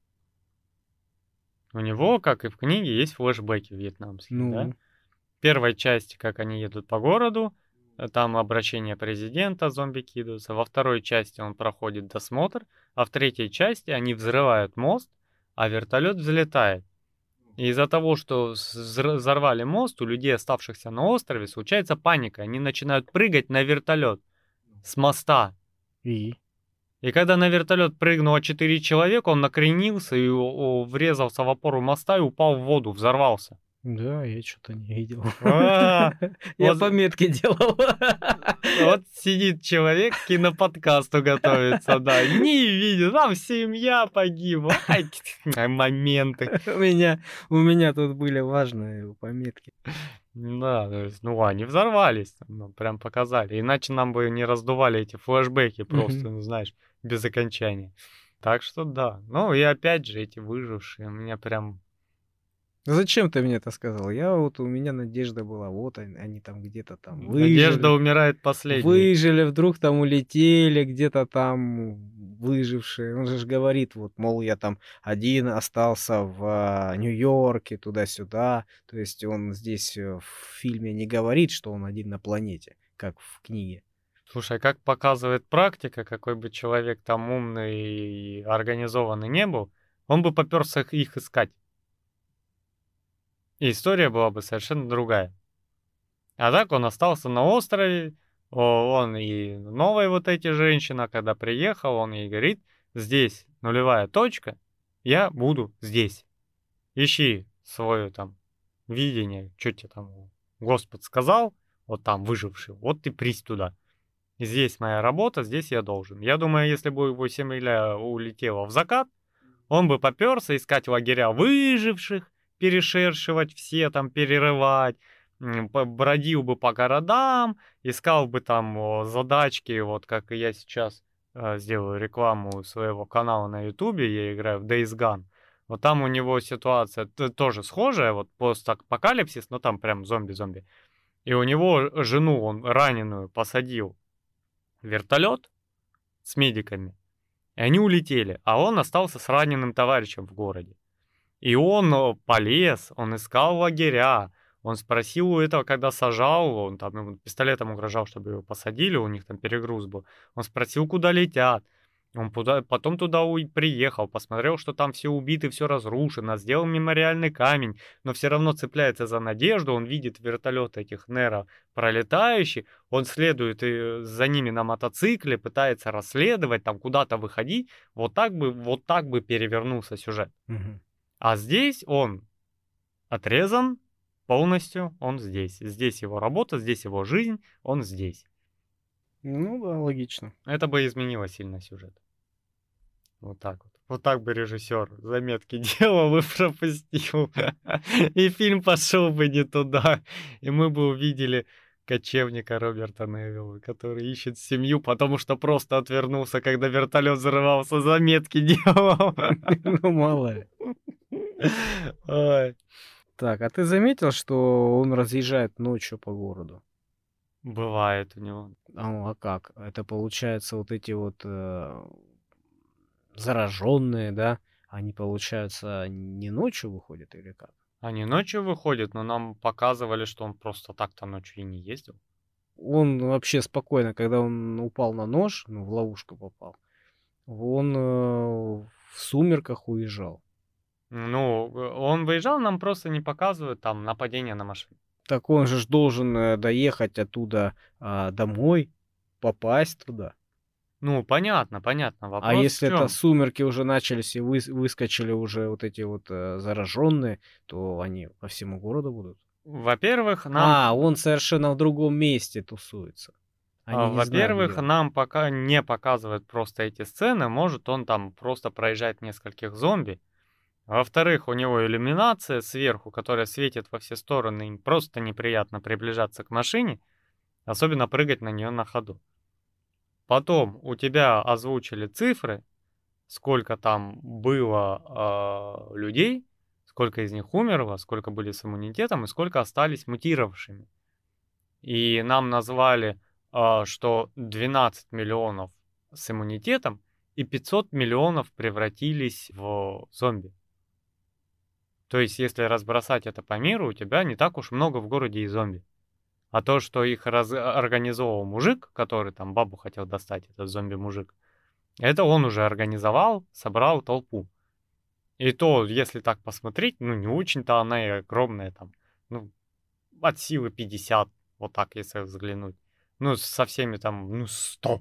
У него, как и в книге, есть флешбеки вьетнамские, да? Ну, В первой части, как они едут по городу, э, там обращение президента, зомби кидаются. Во второй части он проходит досмотр, а в третьей части они взрывают мост, а вертолет взлетает. И из-за того, что взр- взорвали мост, у людей, оставшихся на острове, случается паника. Они начинают прыгать на вертолет с моста. и? И когда на вертолет прыгнуло четыре человека, он накренился и о- о, врезался в опору моста и упал в воду, взорвался. Да, я что-то не видел. А, Я вот, пометки делал. вот сидит человек к киноподкасту готовится, да, не видит, там семья погибла, ай, моменты. У меня, у меня тут были важные пометки. Да, то есть, ну, они взорвались, там, ну, прям показали. Иначе нам бы не раздували эти флешбеки просто, Мгм. ну, знаешь, без окончания. Так что да. Ну, и опять же, эти выжившие, у меня прям... Ну зачем ты мне это сказал? Я вот, у меня надежда была, вот они, они там где-то там Надежда выжили. умирает последней. Выжили, вдруг там улетели, где-то там выжившие. Он же ж говорит, вот, мол, я там один остался в а, Нью-Йорке, туда-сюда. То есть он здесь э, в фильме не говорит, что он один на планете, как в книге. Слушай, а как показывает практика, какой бы человек там умный и организованный не был, он бы попёрся их их искать. И история была бы совершенно другая. А так он остался на острове, о, он и новая вот эти женщина, когда приехал, он ей говорит, здесь нулевая точка, я буду здесь. Ищи свое там видение, что тебе там Господь сказал, вот там выживший, вот ты прись туда. Здесь моя работа, здесь я должен. Я думаю, если бы его семья улетела в закат, он бы попёрся искать лагеря выживших, перешершивать все, там перерывать, м, по- бродил бы по городам, искал бы там о, задачки, вот как и я сейчас э, сделаю рекламу своего канала на ютубе, я играю в Days Gone. Вот там у него ситуация т- тоже схожая, вот постапокалипсис, но там прям зомби-зомби. И у него жену он раненую посадил в вертолет с медиками, и они улетели, а он остался с раненым товарищем в городе. И он э, полез, он искал лагеря, он спросил у этого, когда сажал, он там ему пистолетом угрожал, чтобы его посадили, у них там перегруз был. Он спросил, куда летят. Он пуда потом туда уй приехал, посмотрел, что там все убиты, все разрушено, сделал мемориальный камень, но все равно цепляется за надежду. Он видит вертолеты этих Неро пролетающие, он следует, э, за ними на мотоцикле, пытается расследовать, там куда-то выходить. Вот так бы вот так бы перевернулся сюжет. Мгм. А здесь он отрезан полностью, он здесь. Здесь его работа, здесь его жизнь, он здесь. Ну да, логично. Это бы изменило сильно сюжет. Вот так вот. Вот так бы режиссер заметки делал и пропустил. И фильм пошел бы не туда. И мы бы увидели кочевника Роберта Невилла, который ищет семью, потому что просто отвернулся, когда вертолет взрывался, заметки делал. Ну, мало ли. Ой. Так, а ты заметил, что он разъезжает ночью по городу? Бывает у него. А, а как? Это получается вот эти вот э, зараженные, да? Они, получается, не ночью выходят или как? Они ночью выходят, но нам показывали, что он просто так-то ночью и не ездил. Он вообще спокойно, когда он упал на нож, ну, в ловушку попал, он э, в сумерках уезжал. Ну, э, он выезжал, нам просто не показывают там нападение на машину. Так он же ж должен э, доехать оттуда а, домой, попасть туда. Ну, понятно, понятно. А Вопрос в если это чем? сумерки уже начались и выс- выскочили уже вот эти вот э, зараженные, то они по всему городу будут. Во-первых, нам, А, он совершенно в другом месте тусуется. Они а, не знают, во-первых, где он. нам пока не показывают просто эти сцены. Может, он там просто проезжает нескольких зомби. Во-вторых, у него иллюминация сверху, которая светит во все стороны. Им просто неприятно приближаться к машине, особенно прыгать на нее на ходу. Потом у тебя озвучили цифры, сколько там было а, людей, сколько из них умерло, сколько были с иммунитетом и сколько остались мутировавшими. И нам назвали, а, что двенадцать миллионов с иммунитетом и пятьсот миллионов превратились в зомби. То есть, если разбросать это по миру, у тебя не так уж много в городе и зомби. А то, что их раз- организовал мужик, который там бабу хотел достать, этот зомби-мужик, это он уже организовал, собрал толпу. И то, если так посмотреть, ну, не очень-то она и огромная там. Ну, от силы пятьдесят, вот так, если взглянуть. Ну, со всеми там, ну, сто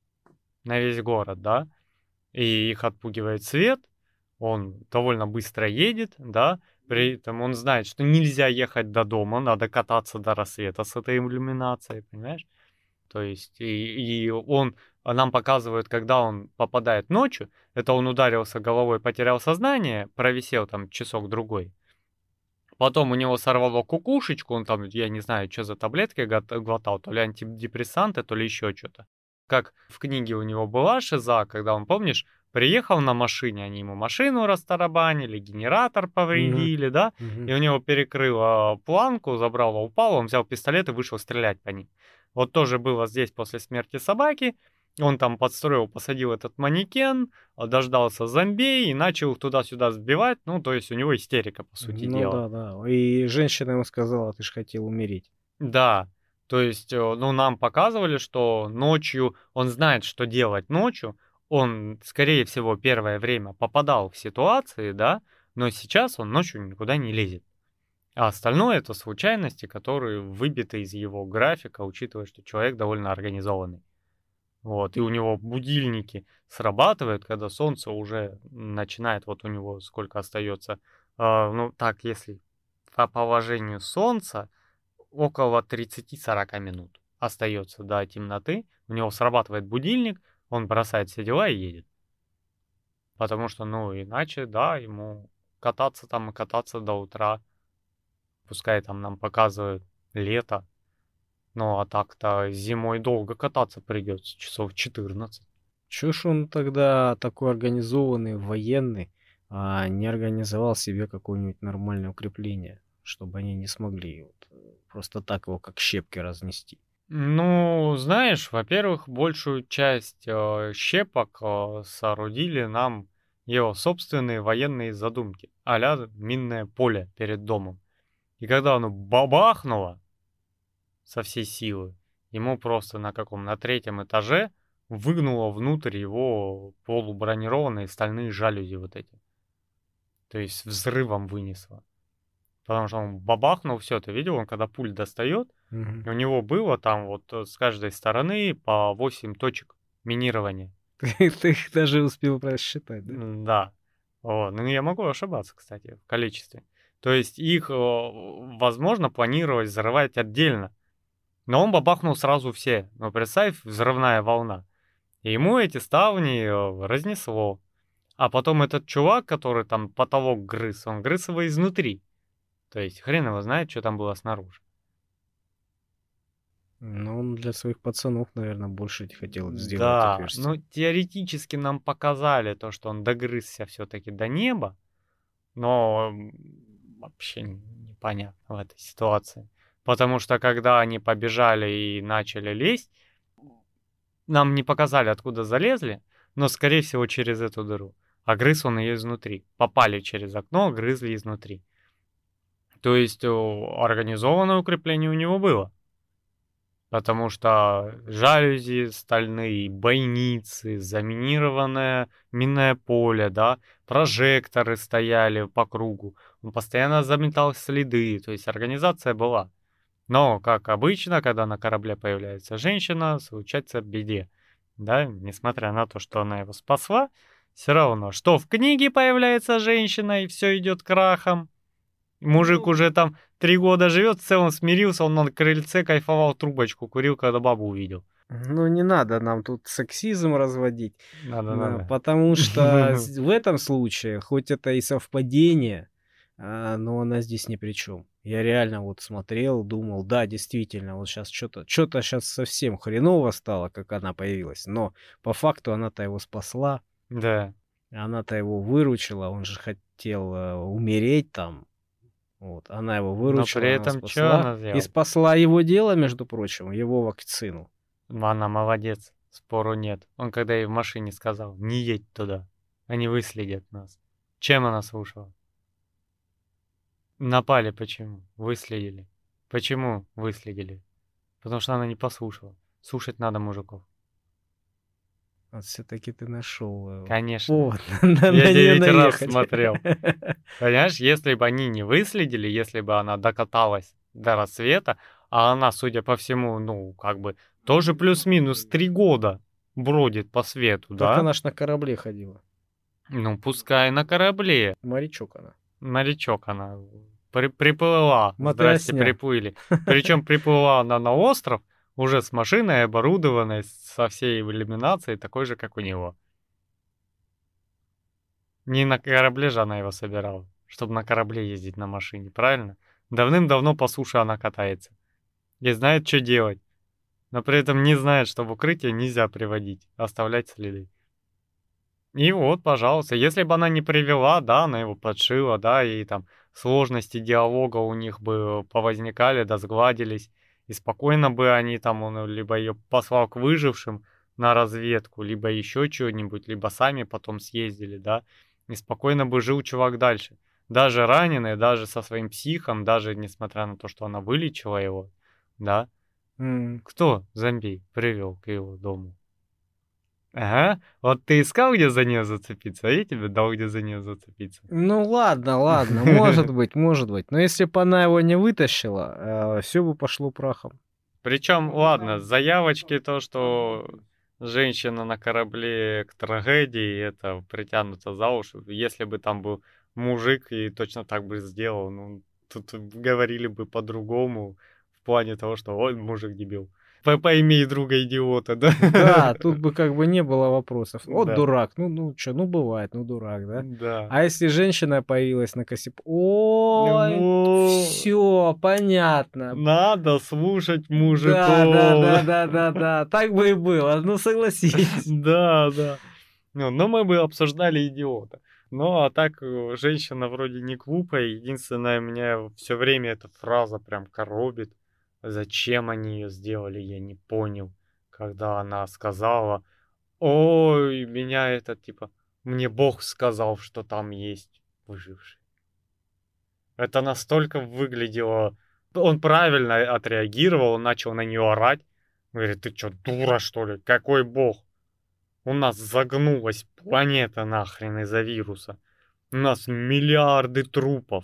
на весь город, да. И их отпугивает свет, он довольно быстро едет, да. При этом он знает, что нельзя ехать до дома, надо кататься до рассвета с этой иллюминацией, понимаешь? То есть, и, и он а нам показывают, когда он попадает ночью, это он ударился головой, потерял сознание, провисел там часок-другой. Потом у него сорвало кукушечку, он там, я не знаю, что за таблетки гот- глотал, то ли антидепрессанты, то ли еще что-то. Как в книге у него была шиза, когда он, помнишь, приехал на машине, они ему машину растарабанили, генератор Мгм, повредили, да, и мгм. у него перекрыло планку, забрало, упало, он взял пистолет и вышел стрелять по ним. Вот тоже было здесь после смерти собаки, он там подстроил, посадил этот манекен, а, дождался зомби и начал их туда-сюда сбивать, ну, то есть у него истерика, по сути Ну дела. да, да. И женщина ему сказала, ты же хотел умереть. Да, то есть, э, ну, нам показывали, что ночью он знает, что делать ночью. Он, скорее всего, первое время попадал в ситуации, да, но сейчас он ночью никуда не лезет. А остальное это случайности, которые выбиты из его графика, учитывая, что человек довольно организованный. Вот, и у него будильники срабатывают, когда солнце уже начинает, вот у него сколько остается, а, ну, так, если по положению солнца, около тридцати-сорока минут остается до темноты. У него срабатывает будильник, он бросает все дела и едет. Потому что, ну, иначе, да, ему кататься там и кататься до утра. Пускай там нам показывают лето. Ну, а так-то зимой долго кататься придется, часов четырнадцать. Чё ж он тогда такой организованный, военный, а не организовал себе какое-нибудь нормальное укрепление, чтобы они не смогли вот, э, просто так его как щепки разнести? Ну, знаешь, во-первых, большую часть э, щепок э, соорудили нам его собственные военные задумки, а-ля минное поле перед домом. И когда оно бабахнуло со всей силы, ему просто на каком, на третьем этаже выгнуло внутрь его полубронированные стальные жалюзи вот эти. То есть взрывом вынесло. Потому что он бабахнул, все, ты видел, он когда пуль достает, Мгм. у него было там вот э, с каждой стороны по восемь точек минирования. Ты ты их даже успел просчитать, да? М, Да. Вот. Ну, я могу ошибаться, кстати, в количестве. То есть их, э, возможно, планировать взрывать отдельно. Но он бабахнул сразу все. Ну, представь, взрывная волна. И ему эти ставни э, разнесло. А потом этот чувак, который там потолок грыз, он грыз его изнутри. То есть хрен его знает, что там было снаружи. Ну, он для своих пацанов, наверное, больше хотел сделать Да, отверстие. ну теоретически нам показали то, что он догрызся все-таки до неба, но м, вообще непонятно в этой ситуации. Потому что когда они побежали и начали лезть, нам не показали, откуда залезли, но, скорее всего, через эту дыру. А грыз он ее изнутри. Попали через окно, грызли изнутри. То есть о, организованное укрепление у него было. Потому что жалюзи стальные, бойницы, заминированное минное поле, да, прожекторы стояли по кругу. Он постоянно заметал следы, то есть организация была. Но, как обычно, когда на корабле появляется женщина, случается беде. Да, несмотря на то, что она его спасла, все равно, что в книге появляется женщина, и все идет крахом. Мужик Ну, уже там три года живет, в целом смирился, он на крыльце кайфовал, трубочку курил, когда бабу увидел. ну, не надо нам тут сексизм разводить, Надо, на- надо. потому что с- в этом случае, хоть это и совпадение, а, но она здесь ни при чем. Я реально вот смотрел, думал, да, действительно, вот сейчас что-то, что-то сейчас совсем хреново стало, как она появилась, но по факту она-то его спасла, Да. она-то его выручила, он же хотел э, умереть там, вот, она его Но при выручила, она этом что спасла, она и сделала? спасла его дело, между прочим, его вакцину. Она молодец, спору нет. Он когда ей в машине сказал, не едь туда, они выследят нас. Чем она слушала? Напали почему? Выследили. Почему выследили? Потому что она не послушала. Слушать надо мужиков. Вот все-таки ты нашел Конечно. повод на, Я на нее девять раз наехать. смотрел. Понимаешь, если бы они не выследили, если бы она докаталась до рассвета, а она, судя по всему, ну, как бы, тоже плюс-минус три года бродит по свету, Так да? она ж на корабле ходила. Ну, пускай на корабле. Морячок она. Морячок она. При- приплыла. Здрасте, Матросня. приплыли. Причем приплыла она на остров уже с машиной, оборудованной со всей иллюминацией, такой же, как у него. Не на корабле же она его собирала, чтобы на корабле ездить на машине, правильно? Давным-давно по суше она катается. И знает, что делать. Но при этом не знает, что в укрытие нельзя приводить, оставлять следы. И вот, пожалуйста, если бы она не привела, да, она его подшила, да, и там сложности диалога у них бы повозникали, да, сгладились, и спокойно бы они там, он либо ее послал к выжившим на разведку, либо еще что-нибудь, либо сами потом съездили, да, и спокойно бы жил чувак дальше. Даже раненый, даже со своим психом, даже несмотря на то, что она вылечила его, да. М. Кто зомби привел к его дому? Ага, вот ты искал, где за нее зацепиться, а я тебе дал, где за нее зацепиться. Ну ладно, ладно, может быть, может быть. Но если бы она его не вытащила, все бы пошло прахом. Причем, ладно, заявочки то, что женщина на корабле к трагедии, это притянуто за уши. Если бы там был мужик и точно так бы сделал, ну, тут говорили бы по-другому в плане того, что ой, мужик дебил. П- Пойми друга идиота, да? Да, тут бы как бы не было вопросов. Вот Да. дурак, ну, ну что, ну бывает, ну дурак, да? Да. А если женщина появилась на косип... Ой, Ну, все, понятно. надо слушать Да, мужиков. да, да, да, да, да. Так бы и было, ну согласись. Да, да. Ну, но мы бы обсуждали идиота. Ну, а так, э, женщина вроде не глупая. Единственное, меня все время эта фраза прям коробит. Зачем они ее сделали, я не понял. Когда она сказала, ой, меня это, типа, мне Бог сказал, что там есть выживший. Это настолько выглядело... Он правильно отреагировал, он начал на нее орать. Говорит, ты что, дура, что ли? Какой Бог? У нас загнулась планета нахрен из-за вируса. У нас миллиарды трупов.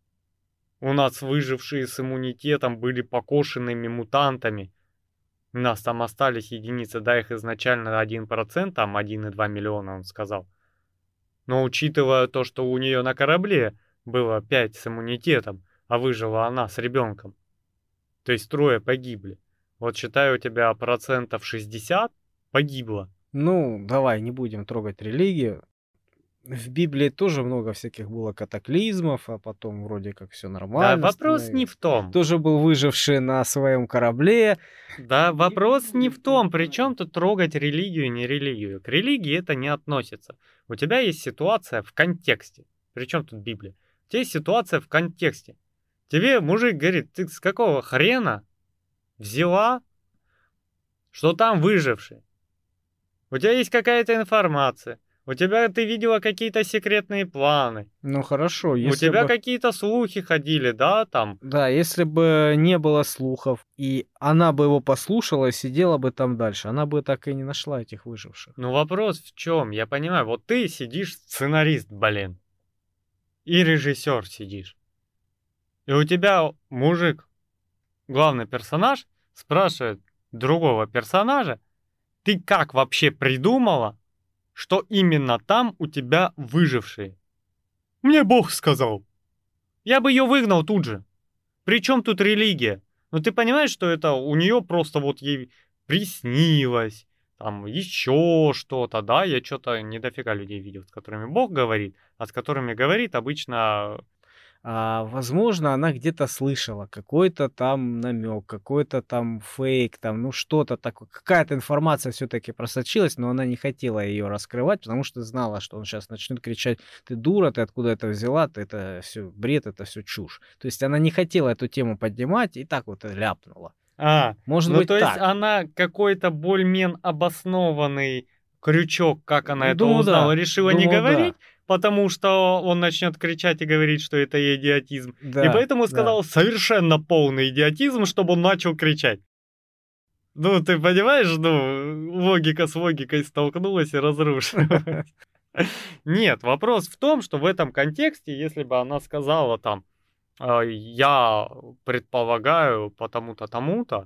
У нас выжившие с иммунитетом были покошенными мутантами. У нас там остались единицы, да, их изначально один процент, там один и два миллиона, он сказал. Но учитывая то, что у нее на корабле было пять с иммунитетом, а выжила она с ребенком, то есть трое погибли. Вот считаю, у тебя процентов шестьдесят погибло. Ну, давай не будем трогать религию. В Библии тоже много всяких было катаклизмов, а потом вроде как все Да, нормально вопрос не становилось. в том. Тоже был выживший на своем корабле. Да, вопрос не в том, при чем тут трогать религию и не религию. К религии это не относится. У тебя есть ситуация в контексте. Причем тут Библия? У тебя есть ситуация в контексте. Тебе мужик говорит, ты с какого хрена взяла, что там выживший? У тебя есть какая-то информация. У тебя, ты видела какие-то секретные планы. Ну хорошо, У если тебя бы... какие-то слухи ходили, да, там. Да, если бы не было слухов, и она бы его послушала и сидела бы там дальше, она бы так и не нашла этих выживших. Ну вопрос в чем? Я понимаю, вот ты сидишь, сценарист, блин. И режиссер сидишь. И у тебя мужик, главный персонаж, спрашивает другого персонажа, ты как вообще придумала, что именно там у тебя выжившие? Мне Бог сказал. Я бы ее выгнал тут же. Причем тут религия? Ну ты понимаешь, что это у нее просто вот ей приснилось, там еще что-то, да? Я что-то не дофига людей видел, с которыми Бог говорит, а с которыми говорит обычно... А, возможно, она где-то слышала какой-то там намек, какой-то там фейк, там, ну что-то такое. Какая-то информация все-таки просочилась, но она не хотела ее раскрывать, потому что знала, что он сейчас начнет кричать: ты дура, ты откуда это взяла, ты это все бред, это все чушь. То есть она не хотела эту тему поднимать и так вот ляпнула. А, Может ну быть то есть так. она какой-то более-менее обоснованный крючок, как она это Думаю, узнала, да. решила не Думаю, говорить, да. потому что он начнет кричать и говорить, что это идиотизм. И Да, поэтому да. сказал совершенно полный идиотизм, чтобы он начал кричать. Ну, ты понимаешь, ну, логика с логикой столкнулась и разрушилась. Нет, вопрос в том, что в этом контексте, если бы она сказала там, «А, я предполагаю потому-то, тому-то»,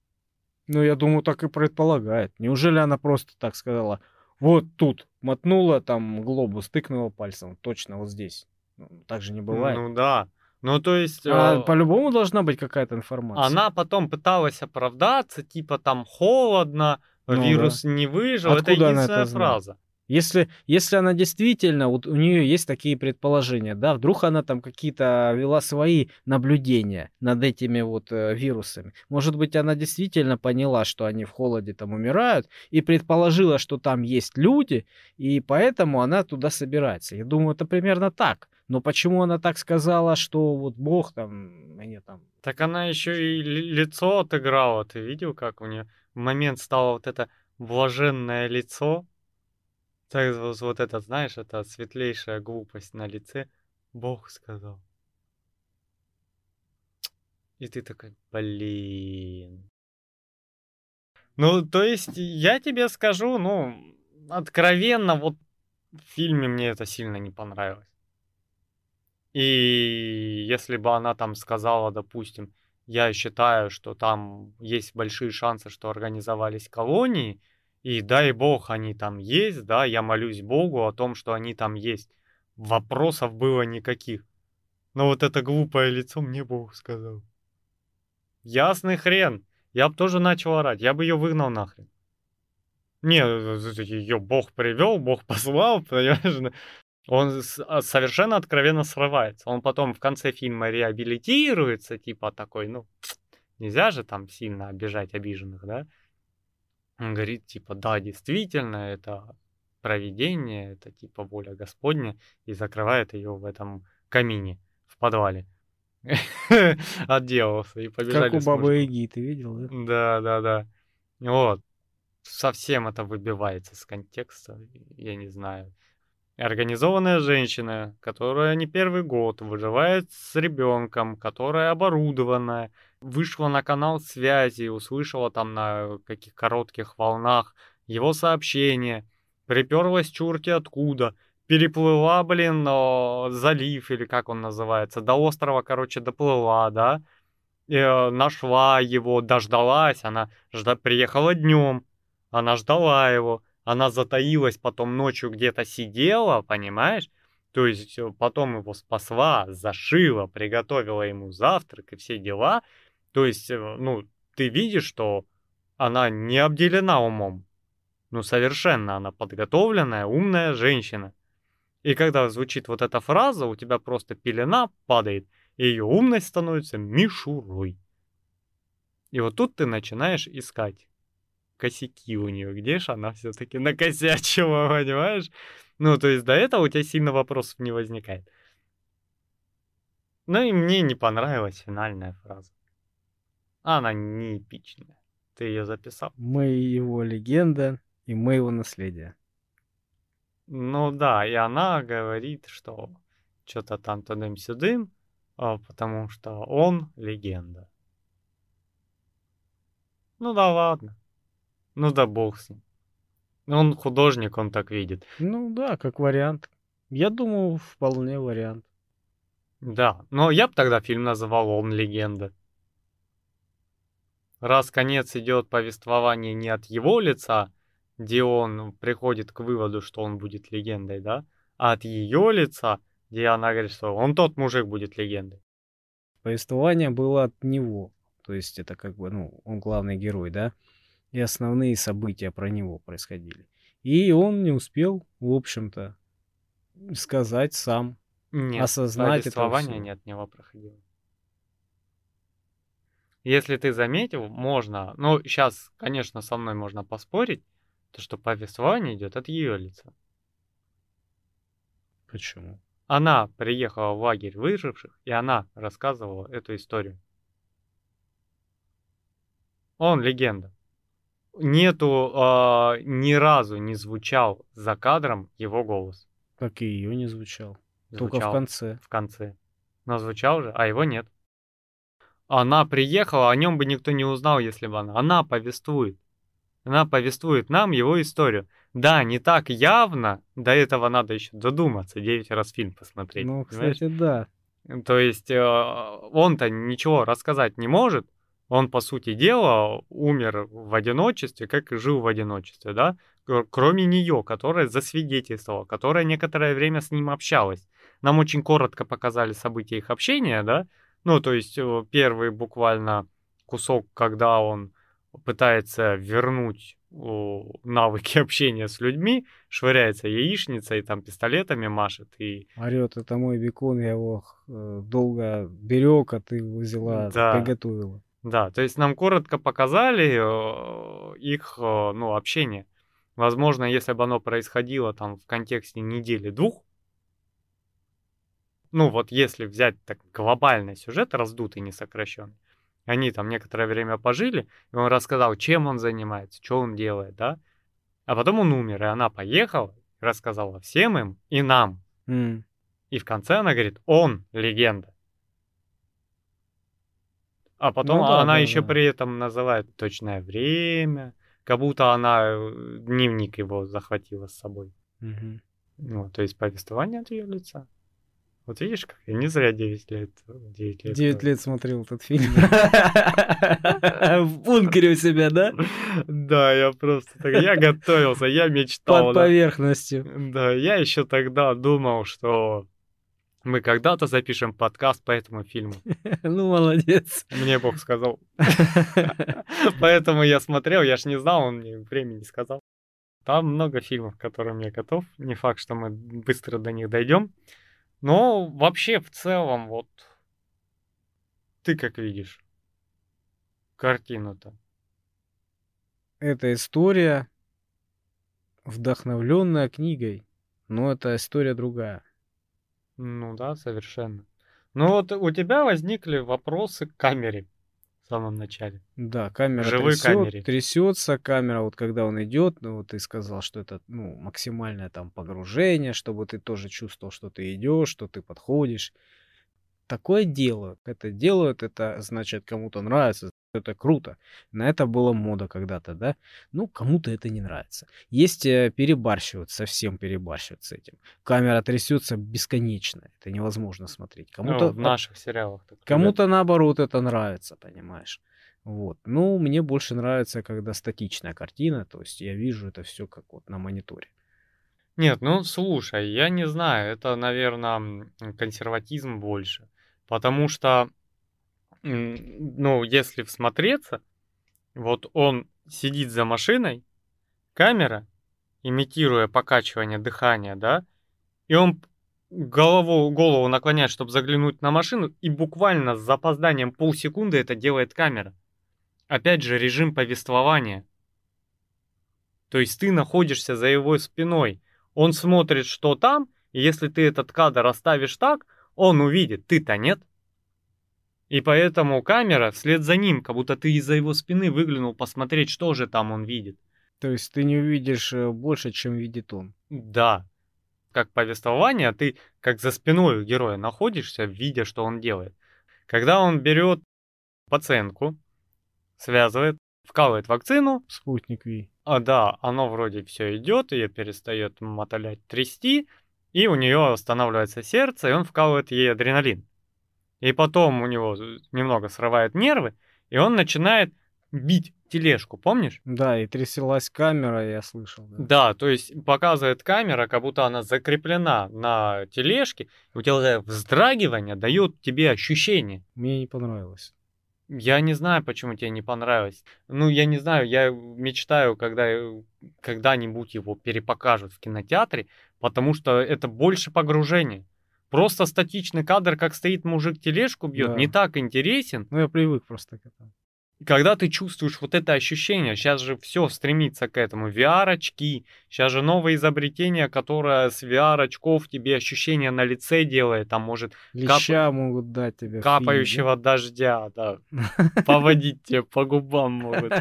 Ну, я думаю, так и предполагает. Неужели она просто так сказала: вот тут мотнула, там глобус, тыкнула пальцем, точно вот здесь. Ну, так же не бывает. ну да. Ну, то есть, А э, по-любому должна быть какая-то информация. она потом пыталась оправдаться, типа там холодно, Ну да. вирус не выжил. Это Откуда она единственная это знает? фраза. Если, если она действительно, вот у нее есть такие предположения, да, вдруг она там какие-то вела свои наблюдения над этими вот э, вирусами. Может быть, она действительно поняла, что они в холоде там умирают, и предположила, что там есть люди, и поэтому она туда собирается. Я думаю, это примерно так. Но почему она так сказала, что вот Бог там, мне там... Так она еще и ли- лицо отыграла. Ты видел, как у нее в момент стало вот это блаженное лицо? Так вот, вот это, знаешь, это светлейшая глупость на лице. Бог сказал. И ты такой, блин. Ну, то есть, я тебе скажу, ну, откровенно, вот в фильме мне это сильно не понравилось. И если бы она там сказала, допустим, я считаю, что там есть большие шансы, что организовались колонии, и дай бог они там есть, да, я молюсь Богу о том, что они там есть. Вопросов было никаких. Но вот это глупое лицо мне Бог сказал. Ясный хрен. Я бы тоже начал орать, я бы ее выгнал нахрен. Не, ее Бог привел, Бог послал, понимаешь? Он с- а, совершенно откровенно срывается. Он потом в конце фильма реабилитируется, типа такой, ну, нельзя же там сильно обижать обиженных, да? Он говорит, типа, да, действительно, это провидение, это типа воля Господня, и закрывает ее в этом камине в подвале. Отделался, и Как побежали у с Бабы мужиком. Яги, ты видел, да? Да, да, да. Вот. Совсем это выбивается с контекста, я не знаю. Организованная женщина, которая не первый год выживает с ребенком, которая оборудованная, вышла на канал связи, услышала там на каких коротких волнах его сообщение, приперлась чурки откуда, переплыла, блин, о, залив, или как он называется, до острова, короче, доплыла, да, и, э, нашла его, дождалась, она жда- приехала днем, она ждала его, она затаилась, потом ночью где-то сидела, понимаешь? То есть э, потом его спасла, зашила, приготовила ему завтрак и все дела. То есть, э, ну, ты видишь, что она не обделена умом. Ну, совершенно она подготовленная, умная женщина. И когда звучит вот эта фраза, у тебя просто пелена падает, и ее умность становится мишурой. И вот тут ты начинаешь искать косяки у нее, где ж она все-таки накосячила, понимаешь? Ну, то есть до этого у тебя сильно вопросов не возникает. Ну и мне не понравилась финальная фраза. Она не эпичная. Ты ее записал? Мы его легенда, и мы его наследие. Ну да, и она говорит, что что-то там тудым-сюдым, а, потому что он легенда. Ну да ладно. Ну да бог с ним. Он художник, он так видит. Ну да, как вариант. Я думаю, вполне вариант. Да, но я бы тогда фильм называл «Он легенда». Раз конец идет повествование не от его лица, где он приходит к выводу, что он будет легендой, да, а от ее лица, где она говорит, что он тот мужик будет легендой. Повествование было от него. То есть это как бы, ну, он главный герой, да? И основные события про него происходили. И он не успел, в общем-то, сказать сам, Нет, осознать это повествование все. не от него проходило. Если ты заметил, можно, ну, сейчас, конечно, со мной можно поспорить, то, что повествование идет от ее лица. Почему? Она приехала в лагерь выживших, и она рассказывала эту историю. Он легенда. Нету, а, ни разу не звучал за кадром его голос. Как и ее не звучал. Только в Звучал конце. в конце. Но звучал же, а его нет. Она приехала, о нем бы никто не узнал, если бы она. Она повествует. Она повествует нам его историю. Да, не так явно, до этого надо еще додуматься, девять раз фильм посмотреть, Ну, понимаешь? кстати, да. То есть э, он-то ничего рассказать не может. Он, по сути дела, умер в одиночестве, как и жил в одиночестве, да? Кр- Кроме нее, которая засвидетельствовала, которая некоторое время с ним общалась. Нам очень коротко показали события их общения, да? Ну, то есть э, первый буквально кусок, когда он пытается вернуть о, навыки общения с людьми, швыряется яичницей, там пистолетами машет и Орет, это мой бекон, я его э, долго берег, а ты его взяла, да, приготовила. да, то есть нам коротко показали э, их, э, ну, общение. Возможно, если бы оно происходило там в контексте недели-двух, ну, вот если взять так глобальный сюжет, раздутый, не сокращенный, они там некоторое время пожили, и он рассказал, чем он занимается, что он делает, да, а потом он умер, и она поехала, рассказала всем им и нам. М. И в конце она говорит, он легенда. А потом Ну да, она да, еще да. при этом называет точное время, как будто она э, дневник его захватила с собой. Мгм. Ну, то есть повествование от ее лица. Вот видишь, как я не зря девять лет, девять лет. Девять говорю. лет смотрел этот фильм. В бункере у себя, да? Да, я просто так, я готовился, я мечтал, Под да. поверхностью. Да, я еще тогда думал, что мы когда-то запишем подкаст по этому фильму. Ну, молодец. Мне Бог сказал. Поэтому я смотрел, я ж не знал, он мне времени сказал. Там много фильмов, к которым я готов. Не факт, что мы быстро до них дойдем. Но вообще, в целом, вот ты как видишь картину-то? Эта история, вдохновленная книгой, но это история другая. Ну да, совершенно. Ну вот у тебя возникли вопросы к камере в самом начале. Да, К камера живой трясет, камере. трясется, камера, вот когда он идет, ну вот ты сказал, что это, ну, максимальное там погружение, чтобы ты тоже чувствовал, что ты идешь, что ты подходишь. Такое делают. Это делают, это значит кому-то нравится. это круто. На это была мода когда-то, да? Ну, кому-то это не нравится. Есть э, перебарщивают, совсем перебарщивают с этим. Камера трясется бесконечно. Это невозможно смотреть. Ну, Кому-то, в от- наших сериалах так любят. кому-то наоборот это нравится, понимаешь? Вот. Ну, мне больше нравится, когда статичная картина, то есть я вижу это все как вот на мониторе. Нет, ну слушай, я не знаю, это, наверное, консерватизм больше. Потому что, м, ну, если всмотреться, вот он сидит за машиной, камера, имитируя покачивание дыхания, да, и он голову, голову наклоняет, чтобы заглянуть на машину, и буквально с запозданием полсекунды это делает камера. Опять же, режим повествования. То есть ты находишься за его спиной. Он смотрит, что там, и если ты этот кадр оставишь так, он увидит, ты-то нет. И поэтому камера вслед за ним, как будто ты из-за его спины выглянул посмотреть, что же там он видит. То есть ты не увидишь э, больше, чем видит он. Да, как повествование, ты как за спиной у героя находишься, видя, что он делает. Когда он берет пациентку, связывает, вкалывает вакцину, Спутник Ви. а да, оно вроде все идет, ее перестает моталять, трясти, и у нее останавливается сердце, и он вкалывает ей адреналин. И потом у него немного срывает нервы, и он начинает бить тележку, помнишь? Да, и тряслась камера, я слышал. Да. Да, то есть показывает камера, как будто она закреплена на тележке, и у тебя вот это вздрагивание дает тебе ощущение. Мне не понравилось. Я не знаю, почему тебе не понравилось. Ну, я не знаю, я мечтаю, когда э, когда-нибудь его перепокажут в кинотеатре, потому что это больше погружения. Просто статичный кадр, как стоит мужик тележку бьет, Да. не так интересен. Ну, я привык просто к этому. Когда ты чувствуешь вот это ощущение, сейчас же все стремится к этому, ви ар-очки, сейчас же новое изобретение, которое с ви ар-очков тебе ощущение на лице делает, там может Леща могут дать тебе. в фильме, капающего дождя, да, да? поводить тебе по губам могут.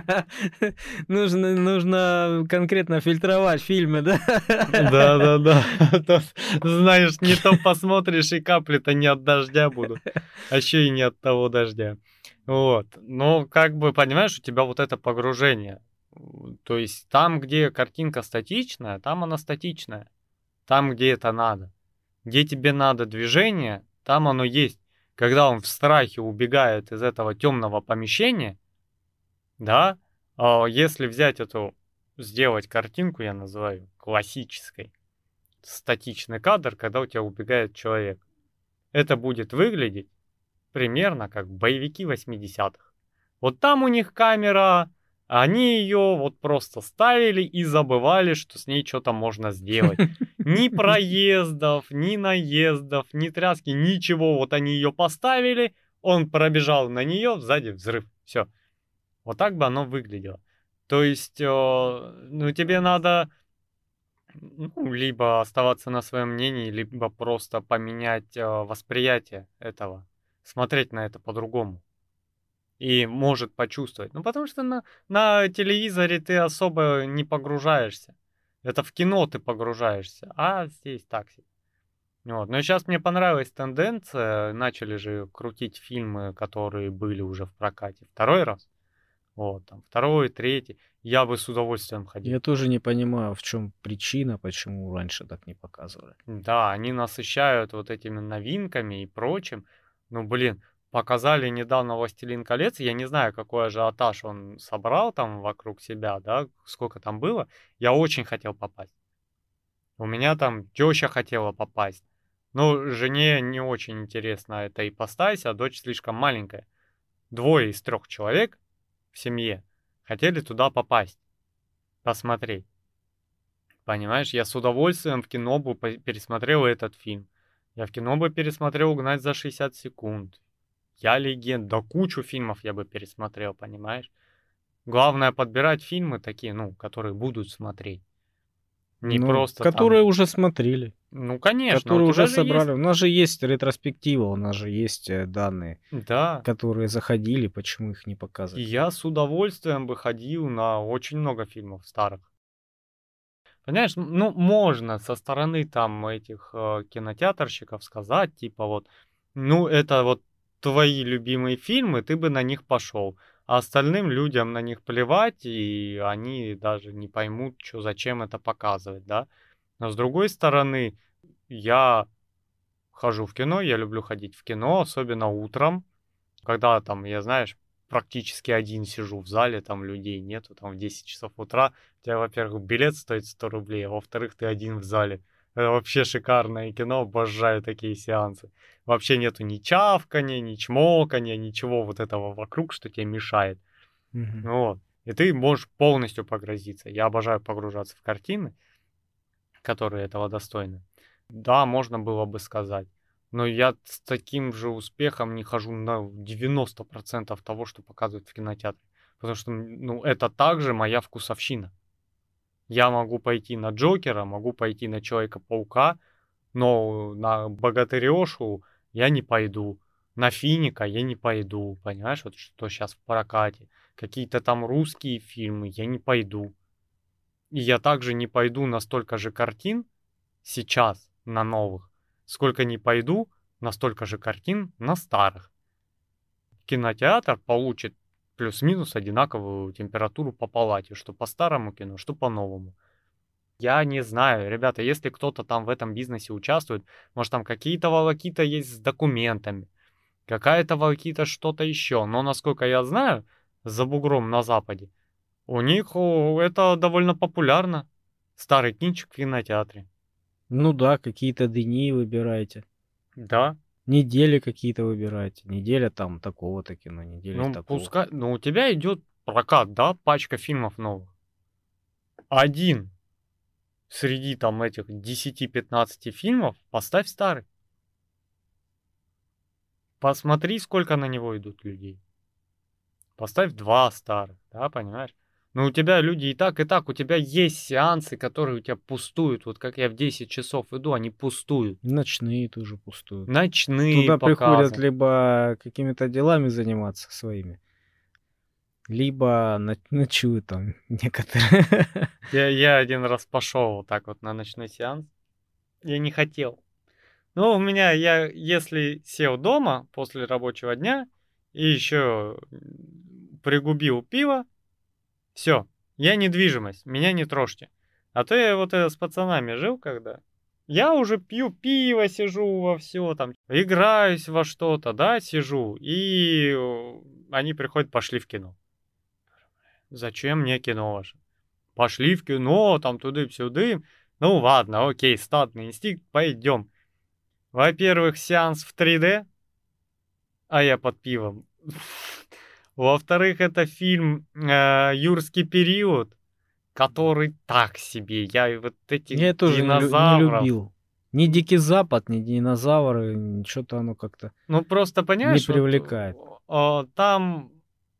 Нужно, нужно конкретно фильтровать фильмы, да? Да-да-да, а то, знаешь, не то посмотришь, и капли-то не от дождя будут, а еще и не от того дождя. Вот, но как бы, понимаешь, у тебя вот это погружение. У, То есть там, где картинка статичная, там она статичная. Там, где это надо. Где тебе надо движение, там оно есть. Когда он в страхе убегает из этого темного помещения, да, а если взять эту, сделать картинку, я называю классической, статичный кадр, когда у тебя убегает человек. Это будет выглядеть примерно как боевики восьмидесятых. Вот там у них камера, они ее вот просто ставили и забывали, что с ней что-то можно сделать. Ни проездов, ни наездов, ни тряски, ничего. Вот они ее поставили, он пробежал на нее, сзади взрыв. Все. Вот так бы оно выглядело. То есть, э, ну, тебе надо ну, либо оставаться на своем мнении, либо просто поменять э, восприятие этого, смотреть на это по-другому. И может почувствовать. Ну, потому что на, на телевизоре ты особо не погружаешься. Это в кино ты погружаешься, а здесь так себе. Вот. Но сейчас мне понравилась тенденция. Начали же крутить фильмы, которые были уже в прокате второй раз. Вот, там, второй, третий. Я бы с удовольствием ходил. Я тоже не понимаю, в чем причина, почему раньше так не показывали. Да, они насыщают вот этими новинками и прочим. Ну, блин, показали недавно «Властелин колец». Я не знаю, какой ажиотаж он собрал там вокруг себя, да, сколько там было. Я очень хотел попасть. У меня там теща хотела попасть. Ну, жене не очень интересно эта ипостась, а дочь слишком маленькая. Двое из трех человек в семье хотели туда попасть, посмотреть. Понимаешь, я с удовольствием в кино бы по- пересмотрел этот фильм. Я в кино бы пересмотрел «Угнать за шестьдесят секунд». Я легенд. Да кучу фильмов я бы пересмотрел, понимаешь? Главное подбирать фильмы такие, ну, которые будут смотреть. Не Ну, просто которые там... уже смотрели, Ну, конечно, которые у тебя уже же собрали. есть... У нас же есть ретроспектива, у нас же есть э, данные, Да. которые заходили, почему их не И показывали. я с удовольствием бы ходил на очень много фильмов старых. Понимаешь, м, ну, можно со стороны там этих э, кинотеатрщиков сказать, типа вот, ну, это вот твои любимые фильмы, ты бы на них пошел. а остальным людям на них плевать, и они даже не поймут, чё, зачем это показывать, да. Но с другой стороны, я хожу в кино, я люблю ходить в кино, особенно утром, когда там, я, знаешь, практически один сижу в зале, там людей нету, там в десять часов утра. У тебя, во-первых, билет стоит сто рублей, а во-вторых, ты один в зале. Это вообще шикарное кино, обожаю такие сеансы. Вообще нету ни чавканья, ни чмоканья, ничего вот этого вокруг, что тебе мешает. Мгм. Вот. И ты можешь полностью погрузиться. Я обожаю погружаться в картины, которые этого достойны. Да, можно было бы сказать. Но я с таким же успехом не хожу на девяносто процентов того, что показывают в кинотеатре. Потому что, м, ну, это также моя вкусовщина. Я могу пойти на Джокера, могу пойти на Человека-паука, но на Богатырёшу я не пойду. На Финика я не пойду. Понимаешь, вот что сейчас в прокате. Какие-то там русские фильмы я не пойду. И я также не пойду на столько же картин сейчас, на новых, сколько не пойду на столько же картин на старых. Кинотеатр получит плюс-минус одинаковую температуру по палате, что по старому кино, что по новому. Я не знаю, ребята, если кто-то там в этом бизнесе участвует, может там какие-то волокита есть с документами, какая-то волокита что-то еще, но насколько я знаю, за бугром на Западе, у них о, это довольно популярно. Старый кинчик в кинотеатре. Ну да, какие-то дни выбирайте. Да. Недели какие-то выбирайте. Неделя там такого-то кино, неделя Ну, такого. пускай, ну, у тебя идет прокат, да, пачка фильмов новых. Один среди там этих десяти-пятнадцати фильмов поставь старый. Посмотри, сколько на него идут людей. Поставь два старых, да, понимаешь? Но у тебя люди и так, и так, у тебя есть сеансы, которые у тебя пустуют. Вот как я в десять часов иду, они пустуют. Ночные тоже пустуют. Ночные Туда приходят показы. либо какими-то делами заниматься своими, либо но- ночуют там некоторые. Я, я один раз пошел вот так вот на ночной сеанс. Я не хотел. Ну, у меня, я, если сел дома после рабочего дня и еще пригубил пиво, все, я недвижимость, меня не трожьте. А то я вот э, с пацанами жил когда. Я уже пью пиво, сижу во все там, играюсь во что-то, да, сижу, и э, они приходят, пошли в кино. Зачем мне кино ваше? Пошли в кино, там туды-сюды. Ну ладно, окей, статный инстинкт, пойдем. Во-первых, сеанс в три дэ, а я под пивом. Во-вторых, это фильм э, «Юрский период», который так себе. Я и вот этих Я тоже не, лю- не динозавров. любил. Ни Дикий Запад, ни динозавры, что-то оно как-то Ну просто, не понимаешь, вот привлекает. э, там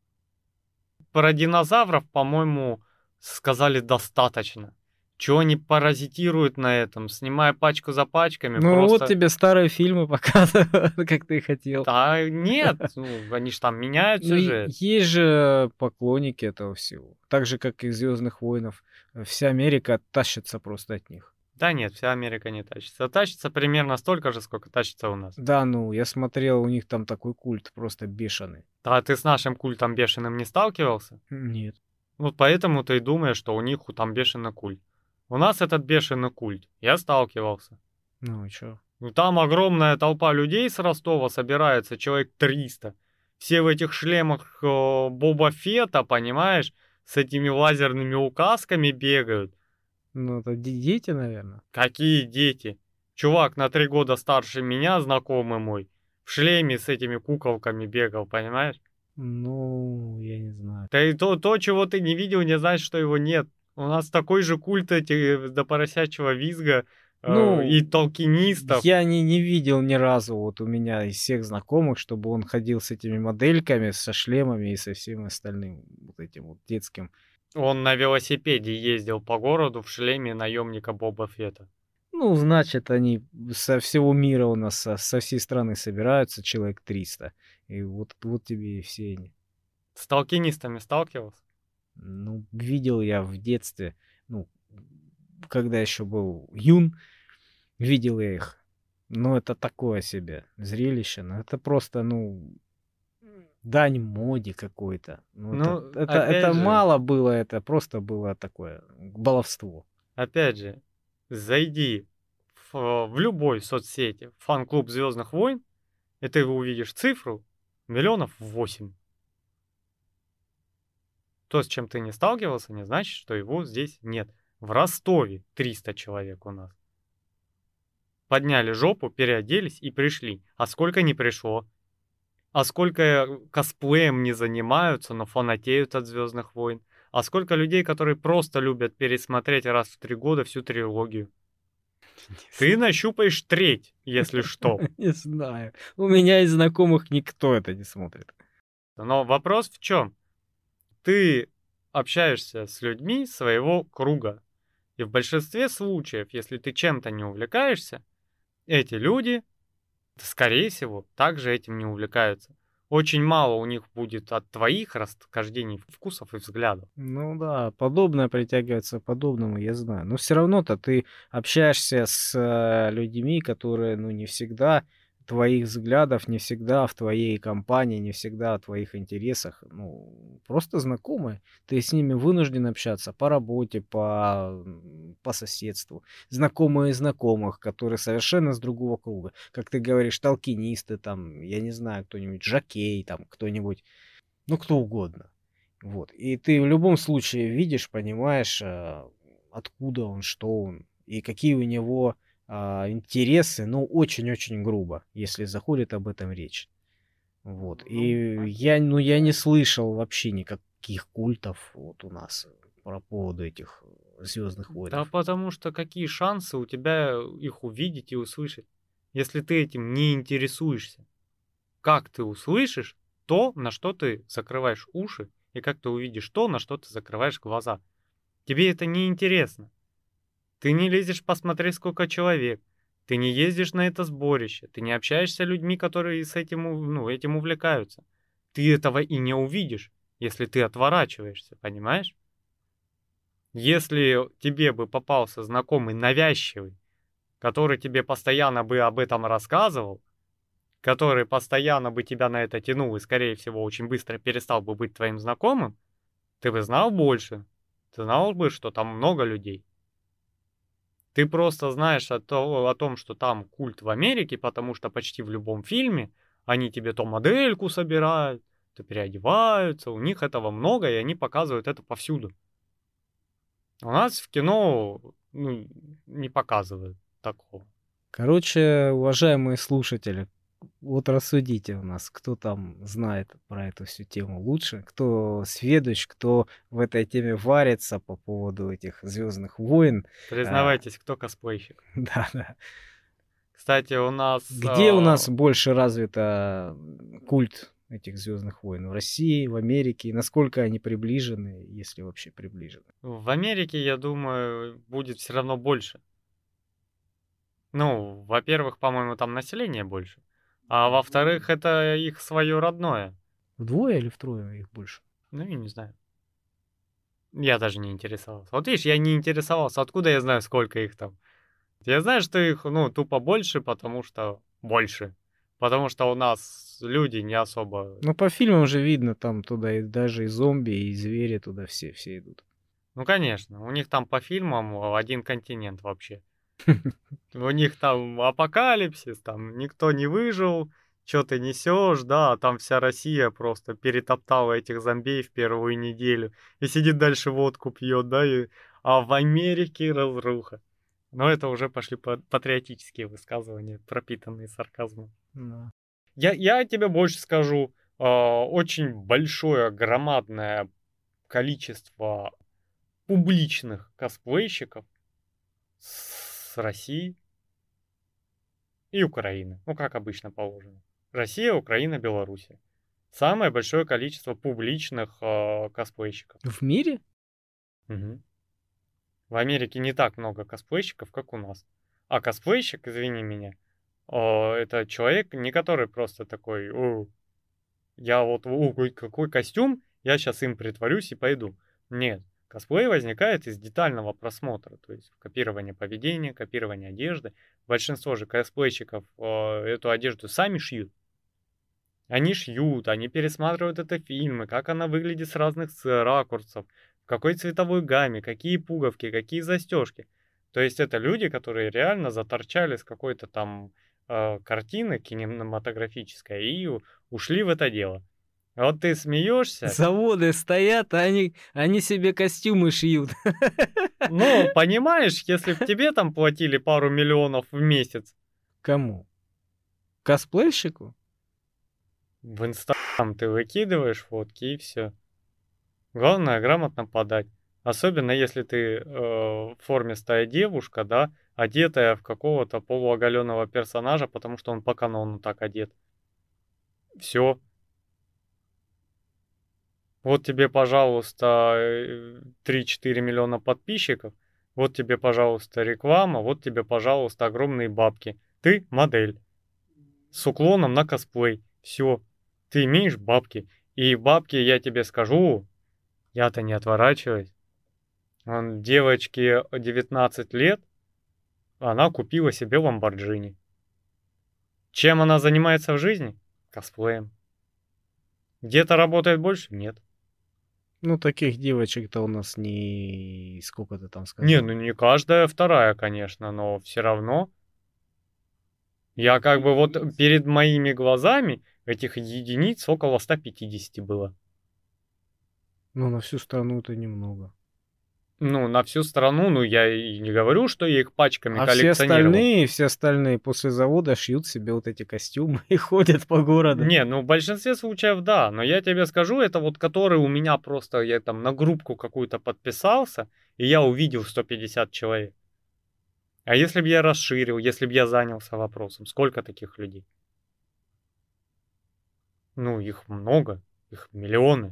про динозавров, по-моему, сказали достаточно. Чего они паразитируют на этом, снимая пачку за пачками, Ну вот просто... тебе старые фильмы показывают, как ты хотел. Да нет, ну, они же там меняют Ну, и сюжет. есть же поклонники этого всего. Так же, как и Звездных войнов. Вся Америка тащится просто от них. Да нет, вся Америка не тащится. Тащится примерно столько же, сколько тащится у нас. Да, ну, я смотрел, у них там такой культ просто бешеный. А ты с нашим культом бешеным не сталкивался? Нет. Вот поэтому ты и думаешь, что у них там бешеный культ. У нас этот бешеный культ. Я сталкивался. Ну и чё? Ну там огромная толпа людей с Ростова собирается, человек триста. Все в этих шлемах э, Боба Фетта, понимаешь, с этими лазерными указками бегают. Ну, это де- дети, наверное. Какие дети? Чувак на три года старше меня, знакомый мой, в шлеме с этими куколками бегал, понимаешь? Ну, я не знаю. Да и то, то, чего ты не видел, не значит, что его нет. У нас такой же культ этих до поросячьего визга э, и Ну, толкинистов. я не, не видел ни разу вот у меня из всех знакомых, чтобы он ходил с этими модельками, со шлемами и со всем остальным вот этим вот детским. Он на велосипеде ездил по городу в шлеме наемника Боба Фетта. Ну, значит, они со всего мира у нас, со, со всей страны собираются, человек триста. И вот, вот тебе и все они. С толкинистами сталкивался? Ну, видел я в детстве, ну, когда еще был юн, видел я их. Но это такое себе зрелище. Ну, это просто, ну, дань моде какой-то. Ну, это, Ну, это, опять это же, мало было, это просто было такое баловство. опять же, зайди в, в любой соцсети, в фан-клуб Звездных войн, и ты увидишь цифру миллионов восемь. То, с чем ты не сталкивался, не значит, что его здесь нет. В Ростове триста человек у нас. Подняли жопу, переоделись и пришли. А сколько не пришло? А сколько косплеем не занимаются, но фанатеют от Звездных войн? А сколько людей, которые просто любят пересмотреть раз в три года всю трилогию? Ты нащупаешь треть, если что. Не знаю. У меня из знакомых никто это не смотрит. Но вопрос в чем? Ты общаешься с людьми своего круга. И в большинстве случаев, если ты чем-то не увлекаешься, эти люди, скорее всего, также этим не увлекаются. Очень мало у них будет от твоих расхождений вкусов и взглядов. Ну да, подобное притягивается к подобному, я знаю. Но все равно-то ты общаешься с э, людьми, которые, ну, не всегда твоих взглядов, не всегда в твоей компании, не всегда в твоих интересах. Ну, просто знакомые. Ты с ними вынужден общаться по работе, по, м, по соседству. Знакомые знакомых, которые совершенно с другого круга. Как ты говоришь, толкинисты, там, я не знаю, кто-нибудь, жокей, там, кто-нибудь, ну, кто угодно. Вот. И ты в любом случае видишь, понимаешь, а, откуда он, что он и какие у него а, интересы, ну, очень-очень грубо, если заходит об этом речь. Вот. Ну, И а- я, ну, я не слышал вообще никаких культов вот у нас по поводу этих Звездных Да войнов. потому что какие шансы у тебя их увидеть и услышать, если ты этим не интересуешься? Как ты услышишь то, на что ты закрываешь уши, и как ты увидишь то, на что ты закрываешь глаза? Тебе это не интересно. Ты не лезешь посмотреть, сколько человек. Ты не ездишь на это сборище. Ты не общаешься с людьми, которые с этим, ув- ну, этим увлекаются. Ты этого и не увидишь, если ты отворачиваешься, понимаешь? Если тебе бы попался знакомый навязчивый, который тебе постоянно бы об этом рассказывал, который постоянно бы тебя на это тянул и, скорее всего, очень быстро перестал бы быть твоим знакомым, ты бы знал больше. Ты знал бы, что там много людей. Ты просто знаешь о, то- о том, что там культ в Америке, потому что почти в любом фильме они тебе то модельку собирают, то переодеваются, у них этого много, и они показывают это повсюду. У нас в кино ну, не показывают такого. Короче, уважаемые слушатели, вот рассудите у нас, кто там знает про эту всю тему лучше, кто сведущ, кто в этой теме варится по поводу этих Звездных войн. А, Признавайтесь, кто косплейщик. да, да. Кстати, у нас Где у нас а, больше развито м, культ этих Звездных войн? В России, в Америке? И насколько они приближены, если вообще приближены? в Америке, я думаю, будет все равно больше. Ну, во-первых, по-моему, там население больше. А во-вторых, это их свое родное. Вдвое или втрое их больше? Ну, я не знаю. Я даже не интересовался. Вот видишь, я не интересовался. Откуда я знаю, сколько их там? Я знаю, что их, ну, тупо больше, потому что больше. Потому что у нас люди не особо... Ну, по фильмам же видно, там туда и даже и зомби, и звери туда все, все идут. Ну, конечно, у них там по фильмам а, один континент вообще. У них там апокалипсис, там никто не выжил, что ты несешь, да, а там вся Россия просто перетоптала этих зомбей в первую неделю и сидит дальше водку пьет, да, и... а в Америке разруха. Но это уже пошли па- патриотические высказывания, пропитанные сарказмом. Да. Я, я тебе больше скажу, а, очень большое, громадное количество публичных косплейщиков с России и Украины. Ну, как обычно положено. Россия, Украина, Белоруссия. Самое большое количество публичных э, косплейщиков. В мире? Мгм. В Америке не так много косплейщиков, как у нас. А косплейщик, извини меня, э, это человек, не который просто такой, «О, я вот, о, какой, какой костюм, я сейчас им притворюсь и пойду. Нет. Косплей возникает из детального просмотра, то есть копирование поведения, копирование одежды. Большинство же косплейщиков э, эту одежду сами шьют. Они шьют, они пересматривают это фильмы, как она выглядит с разных с- ракурсов, в какой цветовой гамме, какие пуговки, какие застежки. То есть это люди, которые реально заторчали с какой-то там э, картины кинематографической и у- ушли в это дело. А вот ты смеешься, Заводы стоят, а они, они себе костюмы шьют. ну, понимаешь, если бы тебе там платили пару миллионов в месяц, Кому? Косплейщику? в Инстаграм ты выкидываешь фотки и все. Главное грамотно подать. Особенно если ты э, в форме стая девушка, да, одетая в какого-то полуоголенного персонажа, потому что он по канону так одет. Все. Вот тебе, пожалуйста, э, три-четыре миллиона подписчиков. Вот тебе, пожалуйста, реклама. Вот тебе, пожалуйста, огромные бабки. Ты модель с уклоном на косплей. Все. Ты имеешь бабки. И бабки, я тебе скажу, я-то не отворачиваюсь. Он девочке девятнадцать лет, она купила себе Ламборджини. Чем она занимается в жизни? Косплеем. Где-то работает больше? Нет. Ну, таких девочек-то у нас не... Сколько ты там Не, сказал? ну не каждая вторая, конечно, но все равно. Я как бы вот перед моими глазами этих единиц около ста пятидесяти было. Ну, на всю страну это немного. Ну, на всю страну, ну я и не говорю, что я их пачками А все коллекционировал. остальные, все остальные после завода шьют себе вот эти костюмы и ходят по городу. Не, ну в большинстве случаев да, но я тебе скажу, это вот который у меня просто, я там на группку какую-то подписался, и я увидел сто пятьдесят человек. А если бы я расширил, если бы я занялся вопросом, сколько таких людей? Ну, их много, их миллионы,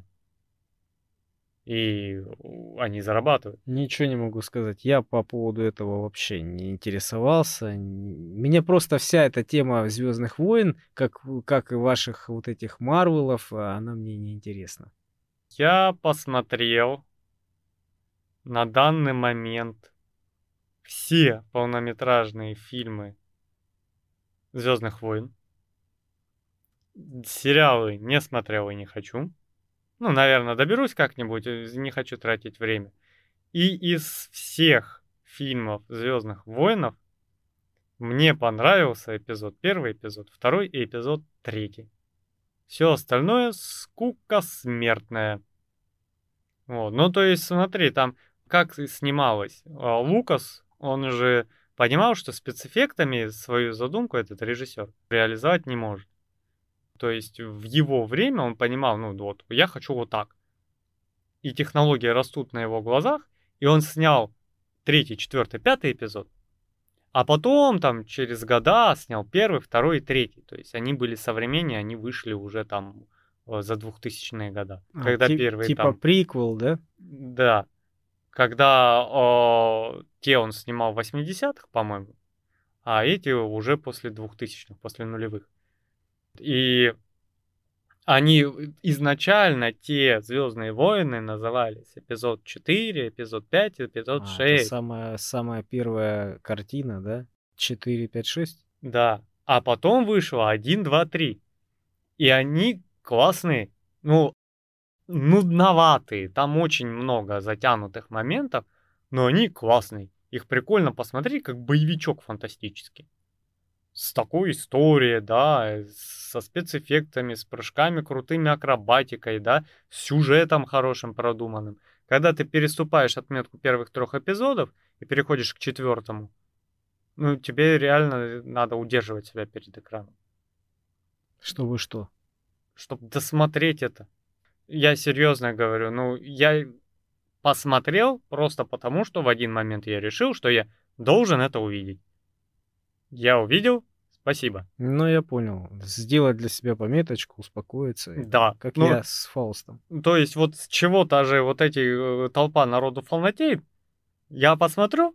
и у- они зарабатывают. Ничего не могу сказать. Я по поводу этого вообще не интересовался. Н- Мне просто вся эта тема Звездных войн, как, в- как и ваших вот этих Марвелов, а, она мне не интересна. Я посмотрел на данный момент все полнометражные фильмы Звездных войн. Сериалы не смотрел и не хочу. Ну, наверное, доберусь как-нибудь, э, не хочу тратить время. И из всех фильмов Звездных войнов мне понравился эпизод первый, эпизод второй и эпизод третий. Все остальное скука смертная. Вот. Ну, то есть, смотри, там как и снималось. А, Лукас, он же понимал, что спецэффектами свою задумку этот режиссер реализовать не может. То есть в его время он понимал, ну вот, я хочу вот так. И технологии растут на его глазах, и он снял третий, четвертый, пятый эпизод, а потом там через года снял первый, второй и третий. То есть они были современнее, они вышли уже там э, за двухтысячные года. А, Когда ти- первый типа там, приквел, да? да, когда о, те он снимал в восьмидесятых, по-моему, а эти уже после двухтысячных, после нулевых. И они изначально, те «Звездные войны» назывались эпизод четыре, эпизод пять, эпизод А, это шесть. самая, самая первая картина, да? Четыре, пять, шесть. Да. А потом вышло один, два, три. И они классные. Ну, нудноватые. Там очень много затянутых моментов, но они классные. Их прикольно посмотреть, как боевичок фантастический. С такой историей, да, со спецэффектами, с прыжками, крутыми акробатикой, да, с сюжетом хорошим продуманным. Когда ты переступаешь отметку первых трех эпизодов и переходишь к четвертому, ну, тебе реально надо удерживать себя перед экраном, Чтобы что? чтобы досмотреть это. Я серьезно говорю, ну, я посмотрел просто потому, что в один момент я решил, что я должен это увидеть. Я увидел, спасибо. Ну, я понял. Сделать для себя пометочку, успокоиться. и- Да, Как ну, я с Фаустом. то есть вот с чего-то же вот эти э, толпа народу фанатеет. Я посмотрю,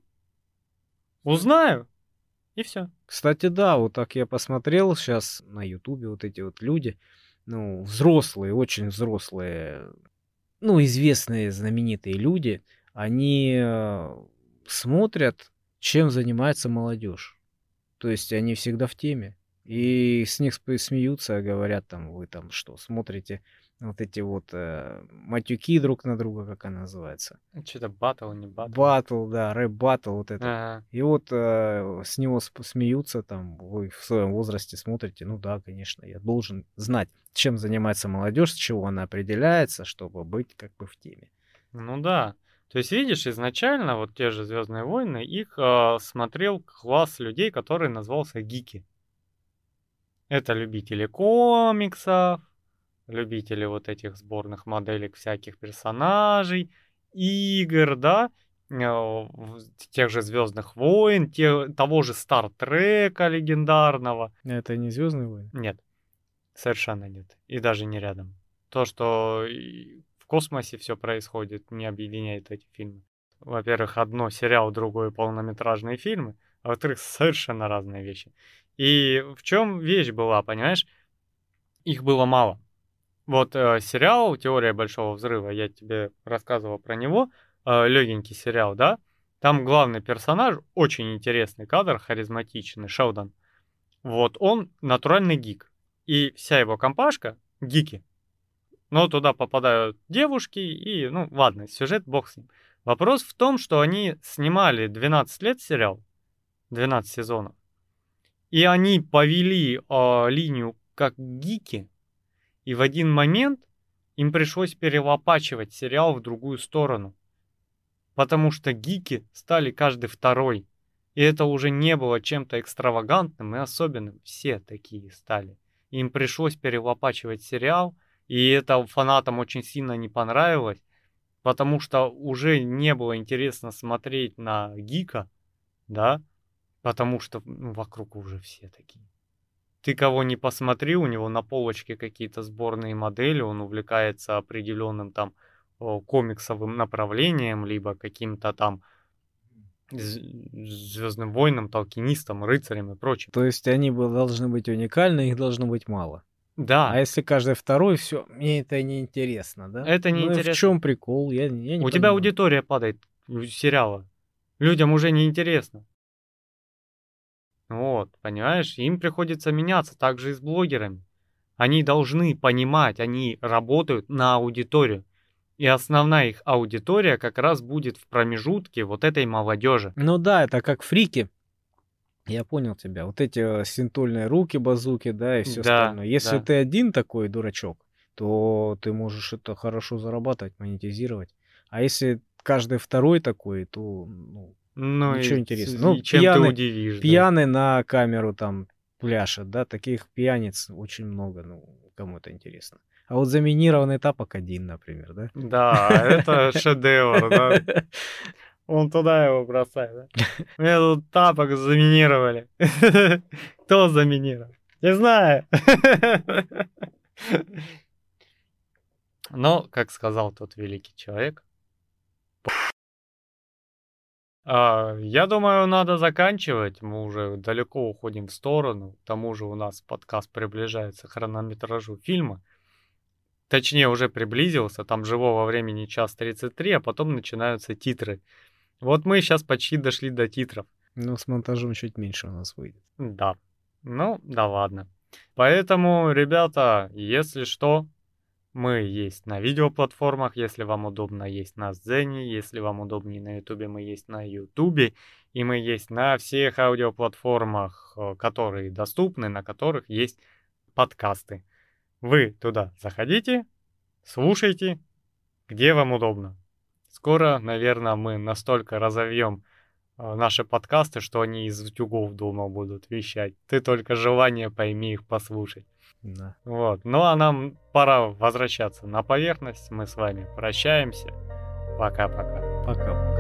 узнаю, и все. Кстати, да, вот так я посмотрел сейчас на Ютубе вот эти вот люди, ну, взрослые, очень взрослые, ну, известные, знаменитые люди, они э, смотрят, чем занимается молодежь. То есть они всегда в теме. И с них сп- смеются, говорят там, вы там что, смотрите вот эти вот э, матюки друг на друга, как она называется. Что-то батл, не батл. Батл, да, рэп-батл вот этот. Ага. И вот э, с него сп- смеются там, вы в своем возрасте смотрите, ну да, конечно, я должен знать, чем занимается молодежь, с чего она определяется, чтобы быть как бы в теме. Ну да. То есть, видишь, изначально вот те же Звездные войны, их э, смотрел класс людей, который назывался гики. Это любители комиксов, любители вот этих сборных моделек всяких персонажей, игр, да, э, в- тех же Звездных войн, те, того же Стартрека легендарного. Это не Звездные войны? Нет, совершенно нет. И даже не рядом. То, что и в космосе все происходит, не объединяет эти фильмы. Во-первых, одно сериал, другое полнометражные фильмы, а во-вторых, совершенно разные вещи. И в чем вещь была, понимаешь? Их было мало. Вот э, сериал «Теория большого взрыва», я тебе рассказывал про него, э, легенький сериал, да? Там главный персонаж, очень интересный кадр, харизматичный, Шелдон. Вот он натуральный гик. И вся его компашка гики. Но туда попадают девушки, и, ну, ладно, сюжет бог с ним. Вопрос в том, что они снимали двенадцать лет сериал, двенадцать сезонов, и они повели э, линию как гики, и в один момент им пришлось перелопачивать сериал в другую сторону, потому что гики стали каждый второй, и это уже не было чем-то экстравагантным и особенным, все такие стали. Им пришлось перелопачивать сериал, и это фанатам очень сильно не понравилось, потому что уже не было интересно смотреть на гика, да, потому что ну, вокруг уже все такие. Ты кого не посмотри, у него на полочке какие-то сборные модели, он увлекается определенным там о, комиксовым направлением, либо каким-то там Звездным войнам, толкинистам, рыцарям и прочим. То есть они бы должны быть уникальны, их должно быть мало. Да. А если каждый второй, все, мне это не интересно, да? Это не ну и в интересно. чем прикол? Я, я не У понимаю. тебя аудитория падает у сериала. Людям уже не интересно. Вот, понимаешь, им приходится меняться так же и с блогерами. Они должны понимать, они работают на аудиторию. И основная их аудитория как раз будет в промежутке вот этой молодежи. Ну да, это как фрики. Я понял тебя. Вот эти э, синтольные руки, базуки, да, и все Да, остальное. Если да. ты один такой дурачок, то ты можешь это хорошо зарабатывать, монетизировать. А если каждый второй такой, то ну, Ну ничего и, интересного. и Ну, чем пьяный, ты удивишь, пьяный на камеру там пляшет, да, таких пьяниц очень много, ну, кому это интересно. А вот заминированный тапок один, например, да? Да, да, это шедевр, да. Он туда его бросает, да? Мне тут тапок заминировали. Кто заминировал? Не знаю. Но, как сказал тот великий человек, а, я думаю, надо заканчивать. Мы уже далеко уходим в сторону. К тому же у нас подкаст приближается к хронометражу фильма. Точнее, уже приблизился. Там живого времени час тридцать три, а потом начинаются титры. Вот мы сейчас почти дошли до титров. Ну, с монтажом чуть меньше у нас выйдет. Да. Ну, да ладно. Поэтому, ребята, если что, мы есть на видеоплатформах, если вам удобно, есть на Дзене, если вам удобнее на Ютубе, мы есть на Ютубе, и мы есть на всех аудиоплатформах, э, которые доступны, на которых есть подкасты. Вы туда заходите, слушайте, где вам удобно. Скоро, наверное, мы настолько разовьем э, наши подкасты, что они из утюгов дома будут вещать. Ты только желание пойми их послушать. Да. Вот. Ну а нам пора возвращаться на поверхность. Мы с вами прощаемся. Пока-пока. Пока.